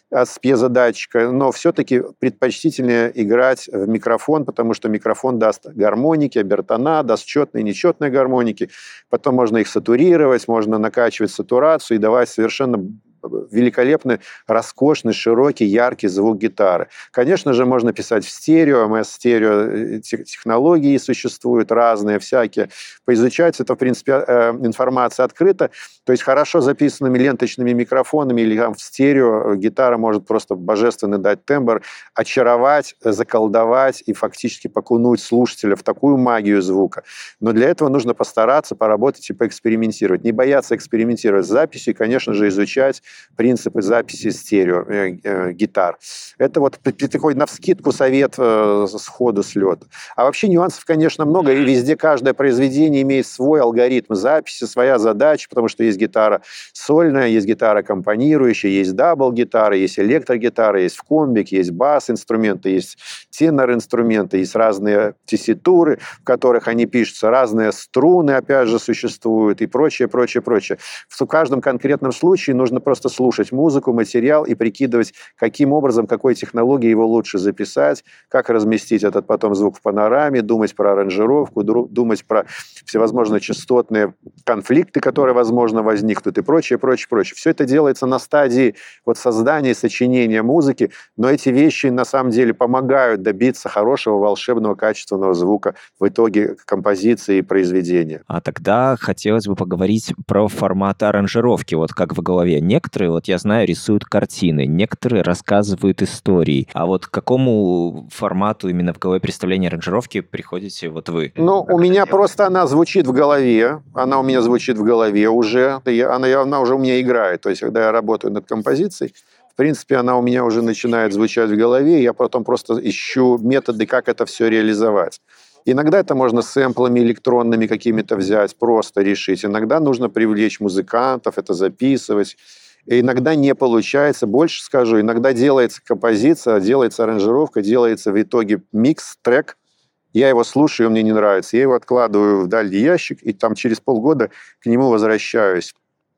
с пьезодатчика, но все-таки предпочтительнее играть в микрофон, потому что микрофон даст гармоники, обертона, даст четные и нечетные гармоники. Потом можно их сатурировать, можно накачивать сатурацию и давать совершенно великолепный, роскошный, широкий, яркий звук гитары. Конечно же, можно писать в стерео, МС-стерео технологии существуют разные, всякие. Поизучать это, в принципе, информация открыта. То есть хорошо записанными ленточными микрофонами или там в стерео гитара может просто божественно дать тембр, очаровать, заколдовать и фактически покунуть слушателя в такую магию звука. Но для этого нужно постараться, поработать и поэкспериментировать. Не бояться экспериментировать с записью и, конечно же, изучать принципы записи стерео гитар. Это вот такой навскидку совет сходу с лета. А вообще нюансов, конечно, много, и везде каждое произведение имеет свой алгоритм записи, своя задача, потому что есть гитара сольная, есть гитара аккомпанирующая, есть дабл-гитара, есть электрогитара, есть комбик, есть бас-инструменты, есть тенор-инструменты, есть разные тесситуры, в которых они пишутся, разные струны, опять же, существуют и прочее, прочее, прочее. В каждом конкретном случае нужно просто слушать музыку, материал и прикидывать, каким образом, какой технологией его лучше записать, как разместить этот потом звук в панораме, думать про аранжировку, думать про всевозможные частотные конфликты, которые, возможно, возникнут и прочее, прочее, прочее. Все это делается на стадии вот создания, сочинения музыки, но эти вещи на самом деле помогают добиться хорошего, волшебного, качественного звука в итоге композиции и произведения. А тогда хотелось бы поговорить про формат аранжировки, вот как в голове. Некоторые, вот я знаю, рисуют картины, некоторые рассказывают истории. А вот к какому формату именно в голове представления аранжировки приходите вот вы? Ну, у меня просто она звучит в голове, она у меня звучит в голове уже, она уже у меня играет. То есть, когда я работаю над композицией, в принципе, она у меня уже начинает звучать в голове, я потом просто ищу методы, как это все реализовать. Иногда это можно сэмплами электронными какими-то взять, просто решить. Иногда нужно привлечь музыкантов, это записывать. И иногда не получается. Больше скажу, иногда делается композиция, делается аранжировка, делается в итоге микс-трек. Я его слушаю, он мне не нравится. Я его откладываю в дальний ящик, и там через полгода к нему возвращаюсь.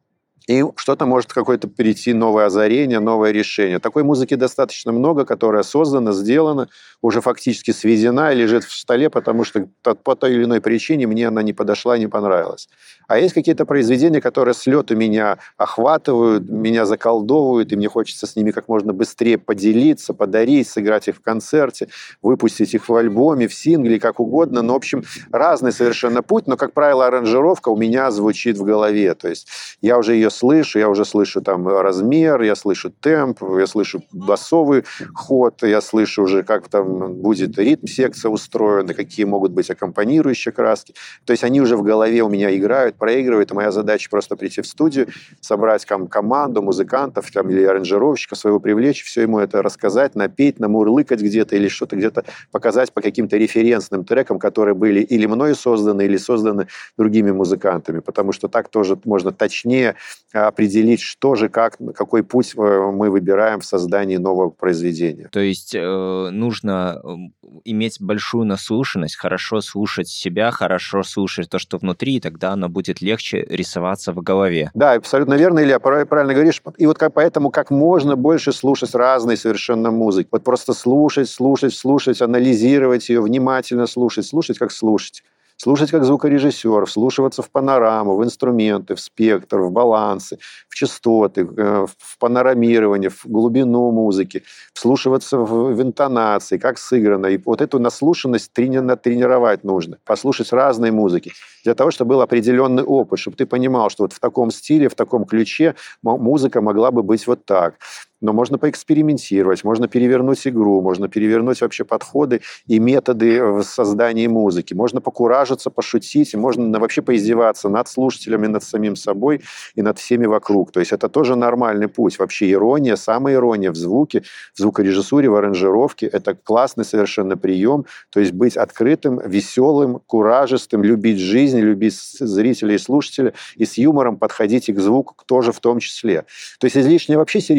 И что-то может какое-то прийти, новое озарение, новое решение. Такой музыки достаточно много, которая создана, сделана, уже фактически сведена и лежит в столе, потому что по той или иной причине мне она не подошла, не понравилась. А есть какие-то произведения, которые с лету меня охватывают, меня заколдовывают, и мне хочется с ними как можно быстрее поделиться, подарить, сыграть их в концерте, выпустить их в альбоме, в сингле, как угодно. Но, в общем, разный совершенно путь, но, как правило, аранжировка у меня звучит в голове. То есть я уже ее слышу, я уже слышу там размер, я слышу темп, я слышу басовый ход, я слышу уже, как там будет ритм-секция устроена, какие могут быть аккомпанирующие краски. То есть они уже в голове у меня играют, проигрывают, и моя задача просто прийти в студию, собрать команду музыкантов там, или аранжировщика своего привлечь, все ему это рассказать, напеть, намурлыкать где-то или что-то где-то показать по каким-то референсным трекам, которые были или мною созданы, или созданы другими музыкантами, потому что так тоже можно точнее определить, что же, как, какой путь мы выбираем в создании нового произведения. То есть нужно иметь большую наслушанность, хорошо слушать себя, хорошо слушать то, что внутри, и тогда оно будет легче рисоваться в голове. Да, абсолютно верно, Илья, правильно говоришь. И вот поэтому как можно больше слушать разной совершенно музыки. Вот просто слушать, анализировать ее, внимательно слушать, как слушать. Слушать как звукорежиссер, вслушиваться в панораму, в инструменты, в спектр, в балансы, в частоты, в панорамирование, в глубину музыки, вслушиваться в интонации, как сыграно. И вот эту наслушанность тренировать нужно, послушать разные музыки, для того, чтобы был определенный опыт, чтобы ты понимал, что вот в таком стиле, в таком ключе музыка могла бы быть вот так. Но можно поэкспериментировать, можно перевернуть игру, можно перевернуть вообще подходы и методы в создании музыки. Можно покуражиться, пошутить, и можно вообще поиздеваться над слушателями, над самим собой и над всеми вокруг. То есть это тоже нормальный путь. Вообще ирония, самоирония в звуке, в звукорежиссуре, в аранжировке – это классный совершенно прием. То есть быть открытым, веселым, куражистым, любить жизнь, любить зрителей и слушателя, и с юмором подходить и к звуку тоже в том числе. То есть излишняя вообще серьезность в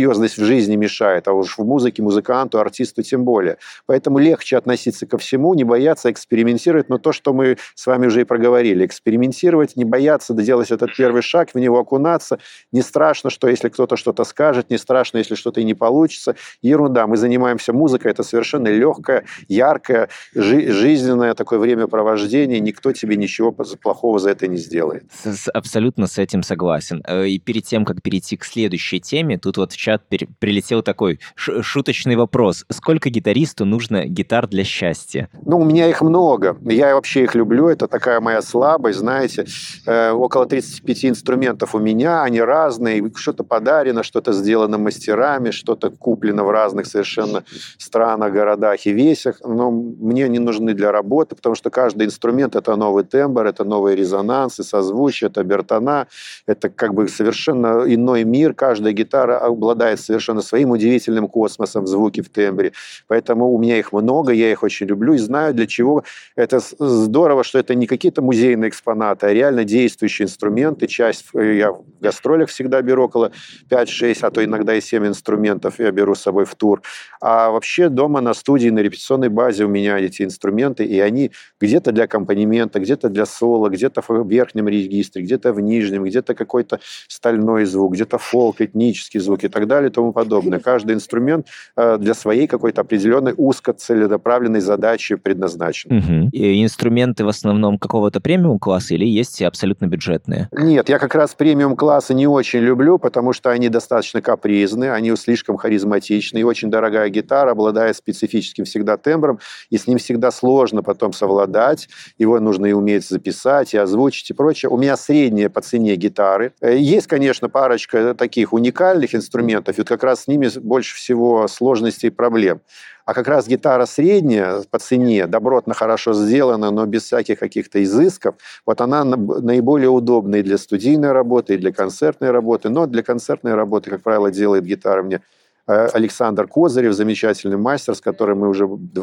жизни мешает, а уж в музыке музыканту, артисту тем более. Поэтому легче относиться ко всему, не бояться экспериментировать, но то, что мы с вами уже и проговорили, экспериментировать, не бояться делать этот первый шаг, в него окунаться, не страшно, что если кто-то что-то скажет, не страшно, если что-то и не получится, ерунда, мы занимаемся музыкой, это совершенно легкое, яркое, жизненное такое времяпровождение, никто тебе ничего плохого за это не сделает. Абсолютно с этим согласен. И перед тем, как перейти к следующей теме, тут вот в чат прилетел такой шуточный вопрос. Сколько гитаристу нужно гитар для счастья? Ну, у меня их много. Я вообще их люблю. Это такая моя слабость, знаете. Около 35 инструментов у меня. Они разные. Что-то подарено, что-то сделано мастерами, что-то куплено в разных совершенно странах, городах и весях. Но мне они нужны для работы, потому что каждый инструмент — это новый тембр, это новые резонансы, созвучие, это обертона. Это как бы совершенно иной мир. Каждая гитара обладает совершенно своим удивительным космосом в звуке, в тембре. Поэтому у меня их много, я их очень люблю и знаю, для чего. Это здорово, что это не какие-то музейные экспонаты, а реально действующие инструменты. Часть я в гастролях всегда беру около 5-6, а то иногда и 7 инструментов я беру с собой в тур. А вообще дома на студии, на репетиционной базе у меня эти инструменты, и они где-то для аккомпанемента, где-то для соло, где-то в верхнем регистре, где-то в нижнем, где-то какой-то стальной звук, где-то фолк, этнический звук и так далее и тому подобное. Каждый инструмент для своей какой-то определенной узкоцеленаправленной задачи предназначен. Угу. И инструменты в основном какого-то премиум-класса или есть абсолютно бюджетные? Нет, я как раз премиум-классы не очень люблю, потому что они достаточно капризны, они слишком харизматичны, и очень дорогая гитара обладает специфическим всегда тембром, и с ним всегда сложно потом совладать, его нужно и уметь записать, и озвучить, и прочее. У меня средние по цене гитары. Есть, конечно, парочка таких уникальных инструментов, и вот как раз с ними больше всего сложностей и проблем. А как раз гитара средняя по цене, добротно, хорошо сделана, но без всяких каких-то изысков, вот она наиболее удобна и для студийной работы, и для концертной работы. Но для концертной работы, как правило, делает гитару мне Александр Козырев, замечательный мастер, с которым мы уже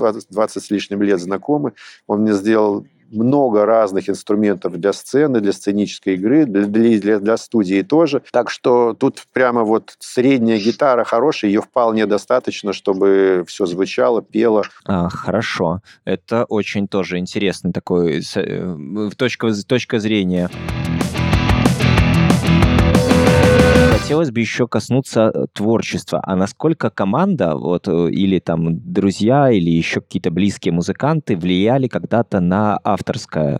20 с лишним лет знакомы. Он мне сделал много разных инструментов для сцены, для сценической игры, для студии тоже. Так что тут прямо вот средняя гитара хорошая, ее вполне достаточно, чтобы все звучало, пело. Хорошо. Это очень тоже интересный такой точка зрения. Хотелось бы еще коснуться творчества. А насколько команда, вот, или там друзья, или еще какие-то близкие музыканты влияли когда-то на авторскую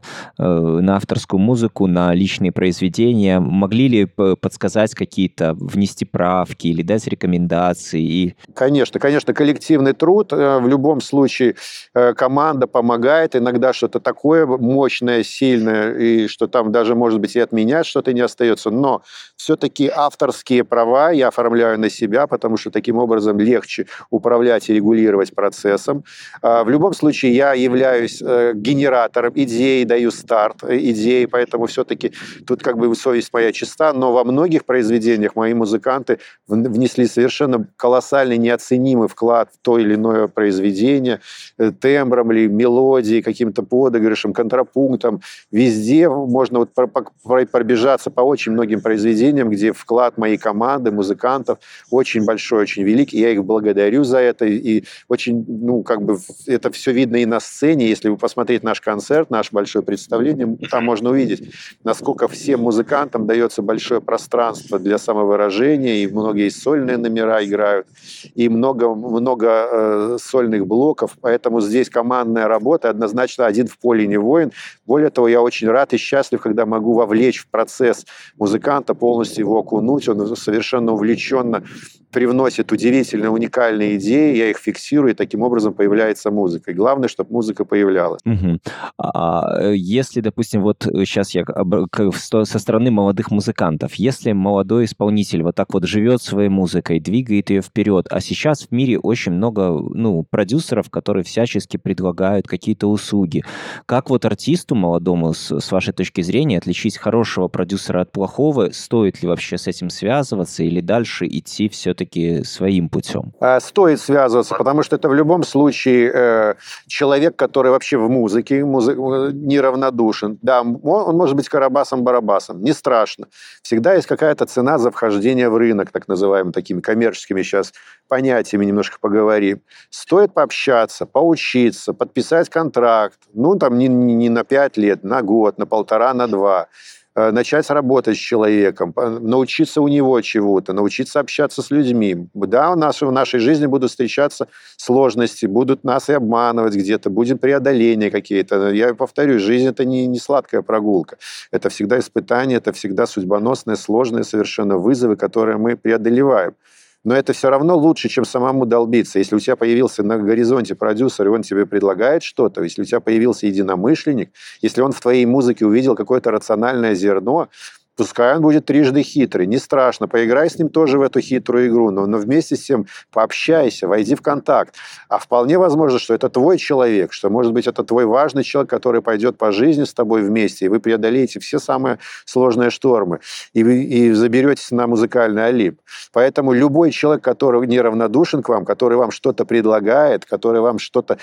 музыку, на личные произведения? Могли ли подсказать какие-то, внести правки или дать рекомендации? Конечно, коллективный труд. В любом случае команда помогает. Иногда что-то такое мощное, сильное, и что там даже, может быть, и отменять что-то не остается. Но все-таки авторские права я оформляю на себя, потому что таким образом легче управлять и регулировать процессом. В любом случае я являюсь генератором идей, даю старт идей, поэтому все-таки тут как бы совесть моя чиста, но во многих произведениях мои музыканты внесли совершенно колоссальный, неоценимый вклад в то или иное произведение, тембром или мелодией, каким-то подыгрышем, контрапунктом. Везде можно вот пробежаться по очень многим произведениям, где вклад моей команды, музыкантов очень большой, очень великий. Я их благодарю за это. И очень, это все видно и на сцене. Если вы посмотреть наш концерт, наше большое представление, там можно увидеть, насколько всем музыкантам дается большое пространство для самовыражения, и многие сольные номера играют, и много сольных блоков. Поэтому здесь командная работа, однозначно один в поле не воин. Более того, я очень рад и счастлив, когда могу вовлечь в процесс музыканта, полностью его окунуть. Он совершенно увлеченно привносит удивительно уникальные идеи, я их фиксирую, и таким образом появляется музыка. И главное, чтобы музыка появлялась. Угу. Если, допустим, вот сейчас я со стороны молодых музыкантов, если молодой исполнитель вот так вот живет своей музыкой, двигает ее вперед, а сейчас в мире очень много продюсеров, которые всячески предлагают какие-то услуги. Как вот артисту молодому, с вашей точки зрения, отличить хорошего продюсера от плохого? Стоит ли вообще с этим связаться? связываться или дальше идти все-таки своим путем? Стоит связываться, потому что это в любом случае человек, который вообще в музыке неравнодушен. Да, он может быть карабасом-барабасом, не страшно. Всегда есть какая-то цена за вхождение в рынок, так называемым, такими коммерческими сейчас понятиями немножко поговорим. Стоит пообщаться, поучиться, подписать контракт. Ну, там не на 5 лет, на год, на 1,5, на 2. Начать работать с человеком, научиться у него чего-то, научиться общаться с людьми. Да, в нашей жизни будут встречаться сложности, будут нас и обманывать где-то, будет преодоление какие-то. Я повторюсь, жизнь – это не сладкая прогулка. Это всегда испытания, это всегда судьбоносные, сложные совершенно вызовы, которые мы преодолеваем. Но это все равно лучше, чем самому долбиться. Если у тебя появился на горизонте продюсер, и он тебе предлагает что-то, если у тебя появился единомышленник, если он в твоей музыке увидел какое-то рациональное зерно, пускай он будет трижды хитрый, не страшно, поиграй с ним тоже в эту хитрую игру, но вместе с тем пообщайся, войди в контакт. А вполне возможно, что это твой человек, что, может быть, это твой важный человек, который пойдет по жизни с тобой вместе, и вы преодолеете все самые сложные штормы, и заберетесь на музыкальный Олимп. Поэтому любой человек, который неравнодушен к вам, который вам что-то предлагает, который вам что-то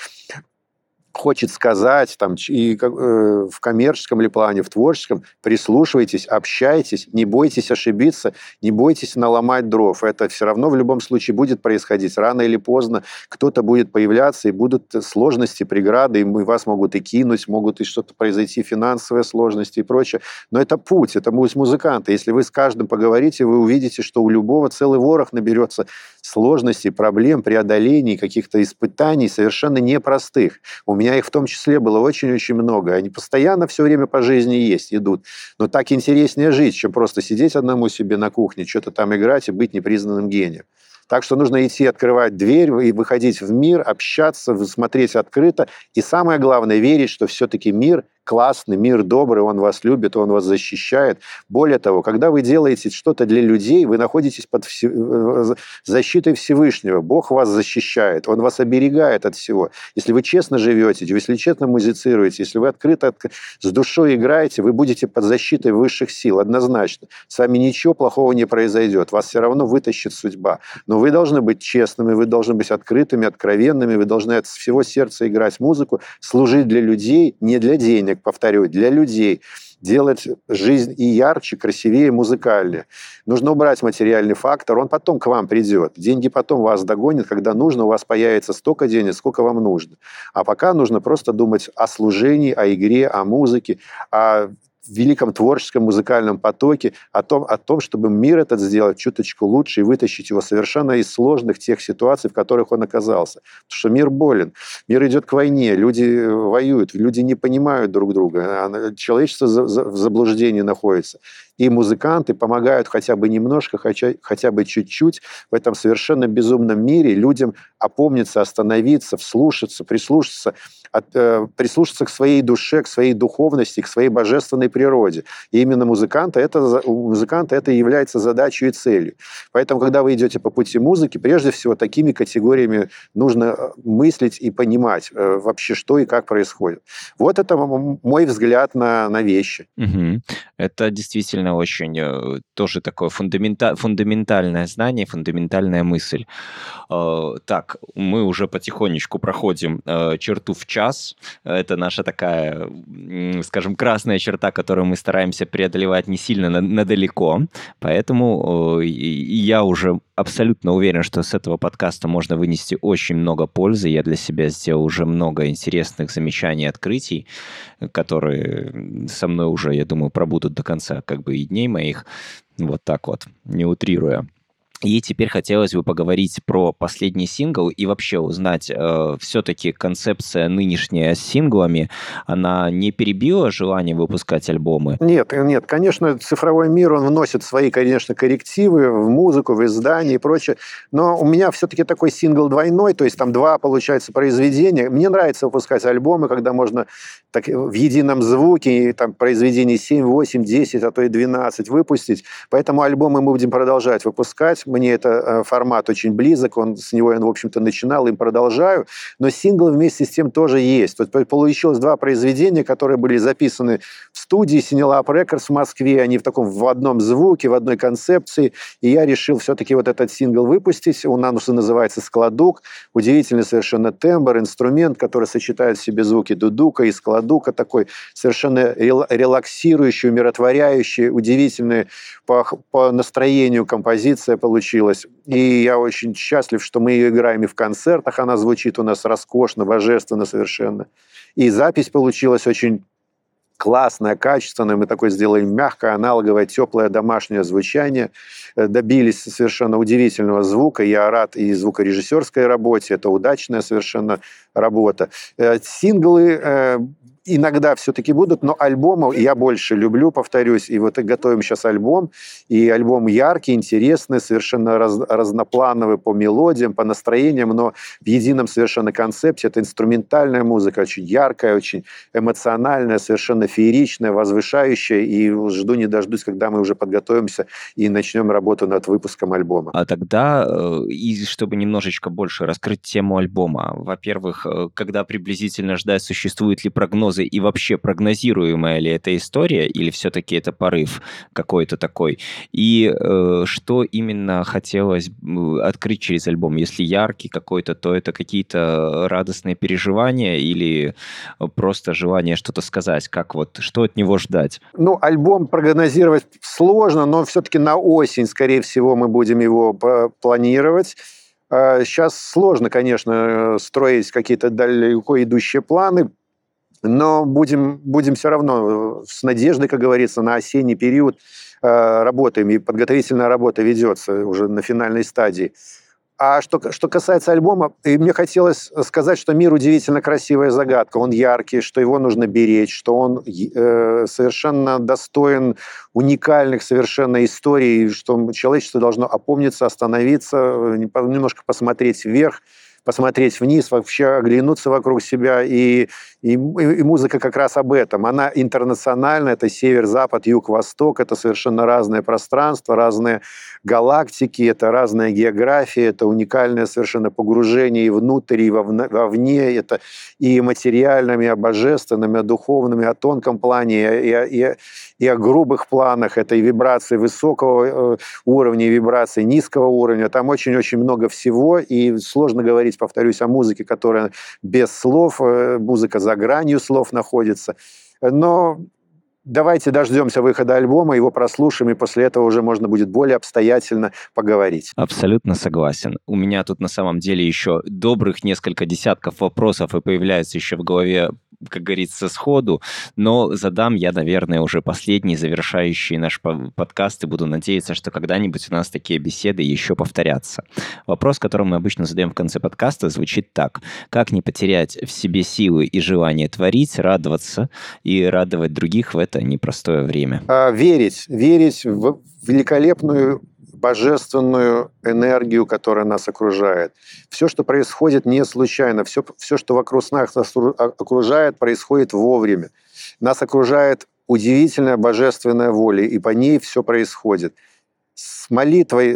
хочет сказать, там, и в коммерческом или плане, в творческом, прислушивайтесь, общайтесь, не бойтесь ошибиться, не бойтесь наломать дров. Это все равно в любом случае будет происходить. Рано или поздно кто-то будет появляться, и будут сложности, преграды, и вас могут и кинуть, могут и что-то произойти, финансовые сложности и прочее. Но это путь, это путь музыканта. Если вы с каждым поговорите, вы увидите, что у любого целый ворох наберется сложностей, проблем, преодолений, каких-то испытаний совершенно непростых. У меня их в том числе было очень-очень много. Они постоянно все время по жизни есть, идут. Но так интереснее жить, чем просто сидеть одному себе на кухне, что-то там играть и быть непризнанным гением. Так что нужно идти, открывать дверь и выходить в мир, общаться, смотреть открыто. И самое главное, верить, что все-таки мир классный, мир добрый, он вас любит, он вас защищает. Более того, когда вы делаете что-то для людей, вы находитесь под защитой Всевышнего. Бог вас защищает, Он вас оберегает от всего. Если вы честно живете, если честно музицируете, если вы открыто, с душой играете, вы будете под защитой высших сил, однозначно. С вами ничего плохого не произойдет, вас все равно вытащит судьба. Но вы должны быть честными, вы должны быть открытыми, откровенными, вы должны от всего сердца играть музыку, служить для людей, не для денег, повторю, для людей, делать жизнь и ярче, красивее, музыкальнее. Нужно убрать материальный фактор, он потом к вам придет. Деньги потом вас догонят, когда нужно, у вас появится столько денег, сколько вам нужно. А пока нужно просто думать о служении, о игре, о музыке, о великом творческом музыкальном потоке, о том, чтобы мир этот сделать чуточку лучше и вытащить его совершенно из сложных тех ситуаций, в которых он оказался. Потому что мир болен, мир идет к войне, люди воюют, люди не понимают друг друга, человечество в заблуждении находится. И музыканты помогают хотя бы немножко, хотя бы чуть-чуть в этом совершенно безумном мире людям опомниться, остановиться, вслушаться, прислушаться к своей душе, к своей духовности, к своей божественной природе. И именно у музыканта это является задачей и целью. Поэтому, когда вы идете по пути музыки, прежде всего такими категориями нужно мыслить и понимать вообще, что и как происходит. Вот это мой взгляд на вещи. Угу. Это действительно очень тоже такое фундаментальное знание, фундаментальная мысль. Так, мы уже потихонечку проходим черту в час. Это наша такая, скажем, красная черта, которую мы стараемся преодолевать не сильно надалеко. Поэтому я уже абсолютно уверен, что с этого подкаста можно вынести очень много пользы. Я для себя сделал уже много интересных замечаний и открытий, которые со мной уже, я думаю, пробудут до конца и дней моих. Вот так вот, не утрируя. И теперь хотелось бы поговорить про последний сингл и вообще узнать, все-таки концепция нынешняя с синглами, она не перебила желание выпускать альбомы? Нет, конечно, цифровой мир, он вносит свои, конечно, коррективы в музыку, в издание и прочее, но у меня все-таки такой сингл двойной, то есть там 2, получается, произведения. Мне нравится выпускать альбомы, когда можно так, в едином звуке там, произведений 7, 8, 10, а то и 12 выпустить, поэтому альбомы мы будем продолжать выпускать. мне этот формат очень близок, с него я, в общем-то, начинал, им продолжаю, но синглы вместе с тем тоже есть. Вот получилось 2 произведения, которые были записаны в студии Cinelab Records в Москве, они в одном звуке, в одной концепции, и я решил все-таки вот этот сингл выпустить. Он называется «Складук». Удивительный совершенно тембр, инструмент, который сочетает в себе звуки дудука и складука, такой совершенно релаксирующий, умиротворяющий, удивительный по настроению композиция получилась. И я очень счастлив, что мы ее играем и в концертах, она звучит у нас роскошно, божественно совершенно. И запись получилась очень классное, качественное. Мы такое сделали мягкое, аналоговое, теплое домашнее звучание. Добились совершенно удивительного звука. Я рад и звукорежиссерской работе. Это удачная совершенно работа. Синглы иногда все-таки будут, но альбомы я больше люблю, повторюсь. И вот готовим сейчас альбом. И альбом яркий, интересный, совершенно разноплановый по мелодиям, по настроениям, но в едином совершенно концепте. Это инструментальная музыка, очень яркая, очень эмоциональная, совершенно фееричная, возвышающая. И жду не дождусь, когда мы уже подготовимся и начнем работу над выпуском альбома. А тогда, и чтобы немножечко больше раскрыть тему альбома, во-первых, когда приблизительно ждать, существуют ли прогнозы и вообще прогнозируемая ли эта история, или все-таки это порыв какой-то такой? И что именно хотелось открыть через альбом? Если яркий какой-то, то это какие-то радостные переживания или просто желание что-то сказать? Что от него ждать? Альбом прогнозировать сложно, но все-таки на осень, скорее всего, мы будем его планировать. Сейчас сложно, конечно, строить какие-то далеко идущие планы, но будем все равно с надеждой, как говорится, на осенний период работаем, и подготовительная работа ведется уже на финальной стадии. А что касается альбома, мне хотелось сказать, что мир удивительно красивая загадка. Он яркий, что его нужно беречь, что он совершенно достоин уникальных совершенно историй, что человечество должно опомниться, остановиться, немножко посмотреть вверх, посмотреть вниз, вообще оглянуться вокруг себя. И музыка как раз об этом. Она интернациональная, это север-запад, юг-восток, это совершенно разное пространство, разные галактики, это разная география, это уникальное совершенно погружение и внутрь, и вовне, это и материальным, и о божественном, и о духовном, и о тонком плане, и о грубых планах, это и вибрации высокого уровня, и вибрации низкого уровня. Там очень-очень много всего, и сложно говорить, повторюсь, о музыке, которая без слов, музыка за гранью слов находится. Но давайте дождемся выхода альбома, его прослушаем, и после этого уже можно будет более обстоятельно поговорить. Абсолютно согласен. У меня тут на самом деле еще добрых несколько десятков вопросов и появляется еще в голове, как говорится, сходу, но задам я, наверное, уже последний, завершающий наш подкаст, и буду надеяться, что когда-нибудь у нас такие беседы еще повторятся. Вопрос, который мы обычно задаем в конце подкаста, звучит так. Как не потерять в себе силы и желание творить, радоваться и радовать других в это непростое время? Верить в великолепную божественную энергию, которая нас окружает. Все, что происходит, не случайно. Все, что вокруг нас окружает, происходит вовремя. Нас окружает удивительная божественная воля, и по ней все происходит. С молитвой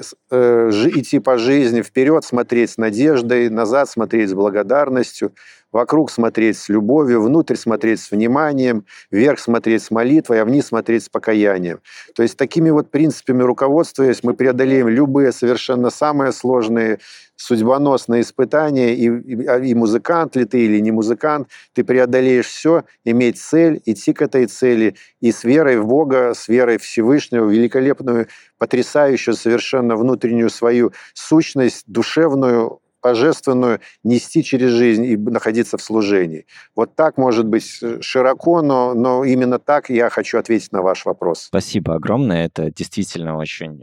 идти по жизни, вперед смотреть с надеждой, назад смотреть с благодарностью, вокруг смотреть с любовью, внутрь смотреть с вниманием, вверх смотреть с молитвой, а вниз смотреть с покаянием. То есть такими вот принципами руководствуясь, мы преодолеем любые совершенно самые сложные судьбоносные испытания, и музыкант ли ты или не музыкант, ты преодолеешь все, иметь цель, идти к этой цели, и с верой в Бога, с верой в Всевышнего, великолепную, потрясающую совершенно внутреннюю свою сущность, душевную, божественную, нести через жизнь и находиться в служении. Вот так, может быть, широко, но именно так я хочу ответить на ваш вопрос. Спасибо огромное. Это действительно очень,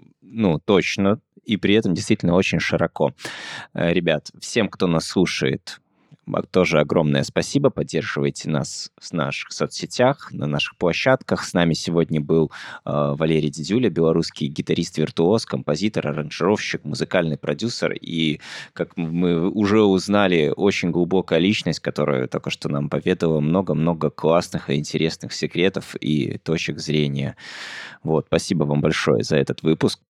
точно, и при этом действительно очень широко. Ребят, всем, кто нас слушает, тоже огромное спасибо. Поддерживайте нас в наших соцсетях, на наших площадках. С нами сегодня был Валерий Дидюля, белорусский гитарист-виртуоз, композитор, аранжировщик, музыкальный продюсер. И, как мы уже узнали, очень глубокая личность, которая только что нам поведала много-много классных и интересных секретов и точек зрения. Вот, спасибо вам большое за этот выпуск.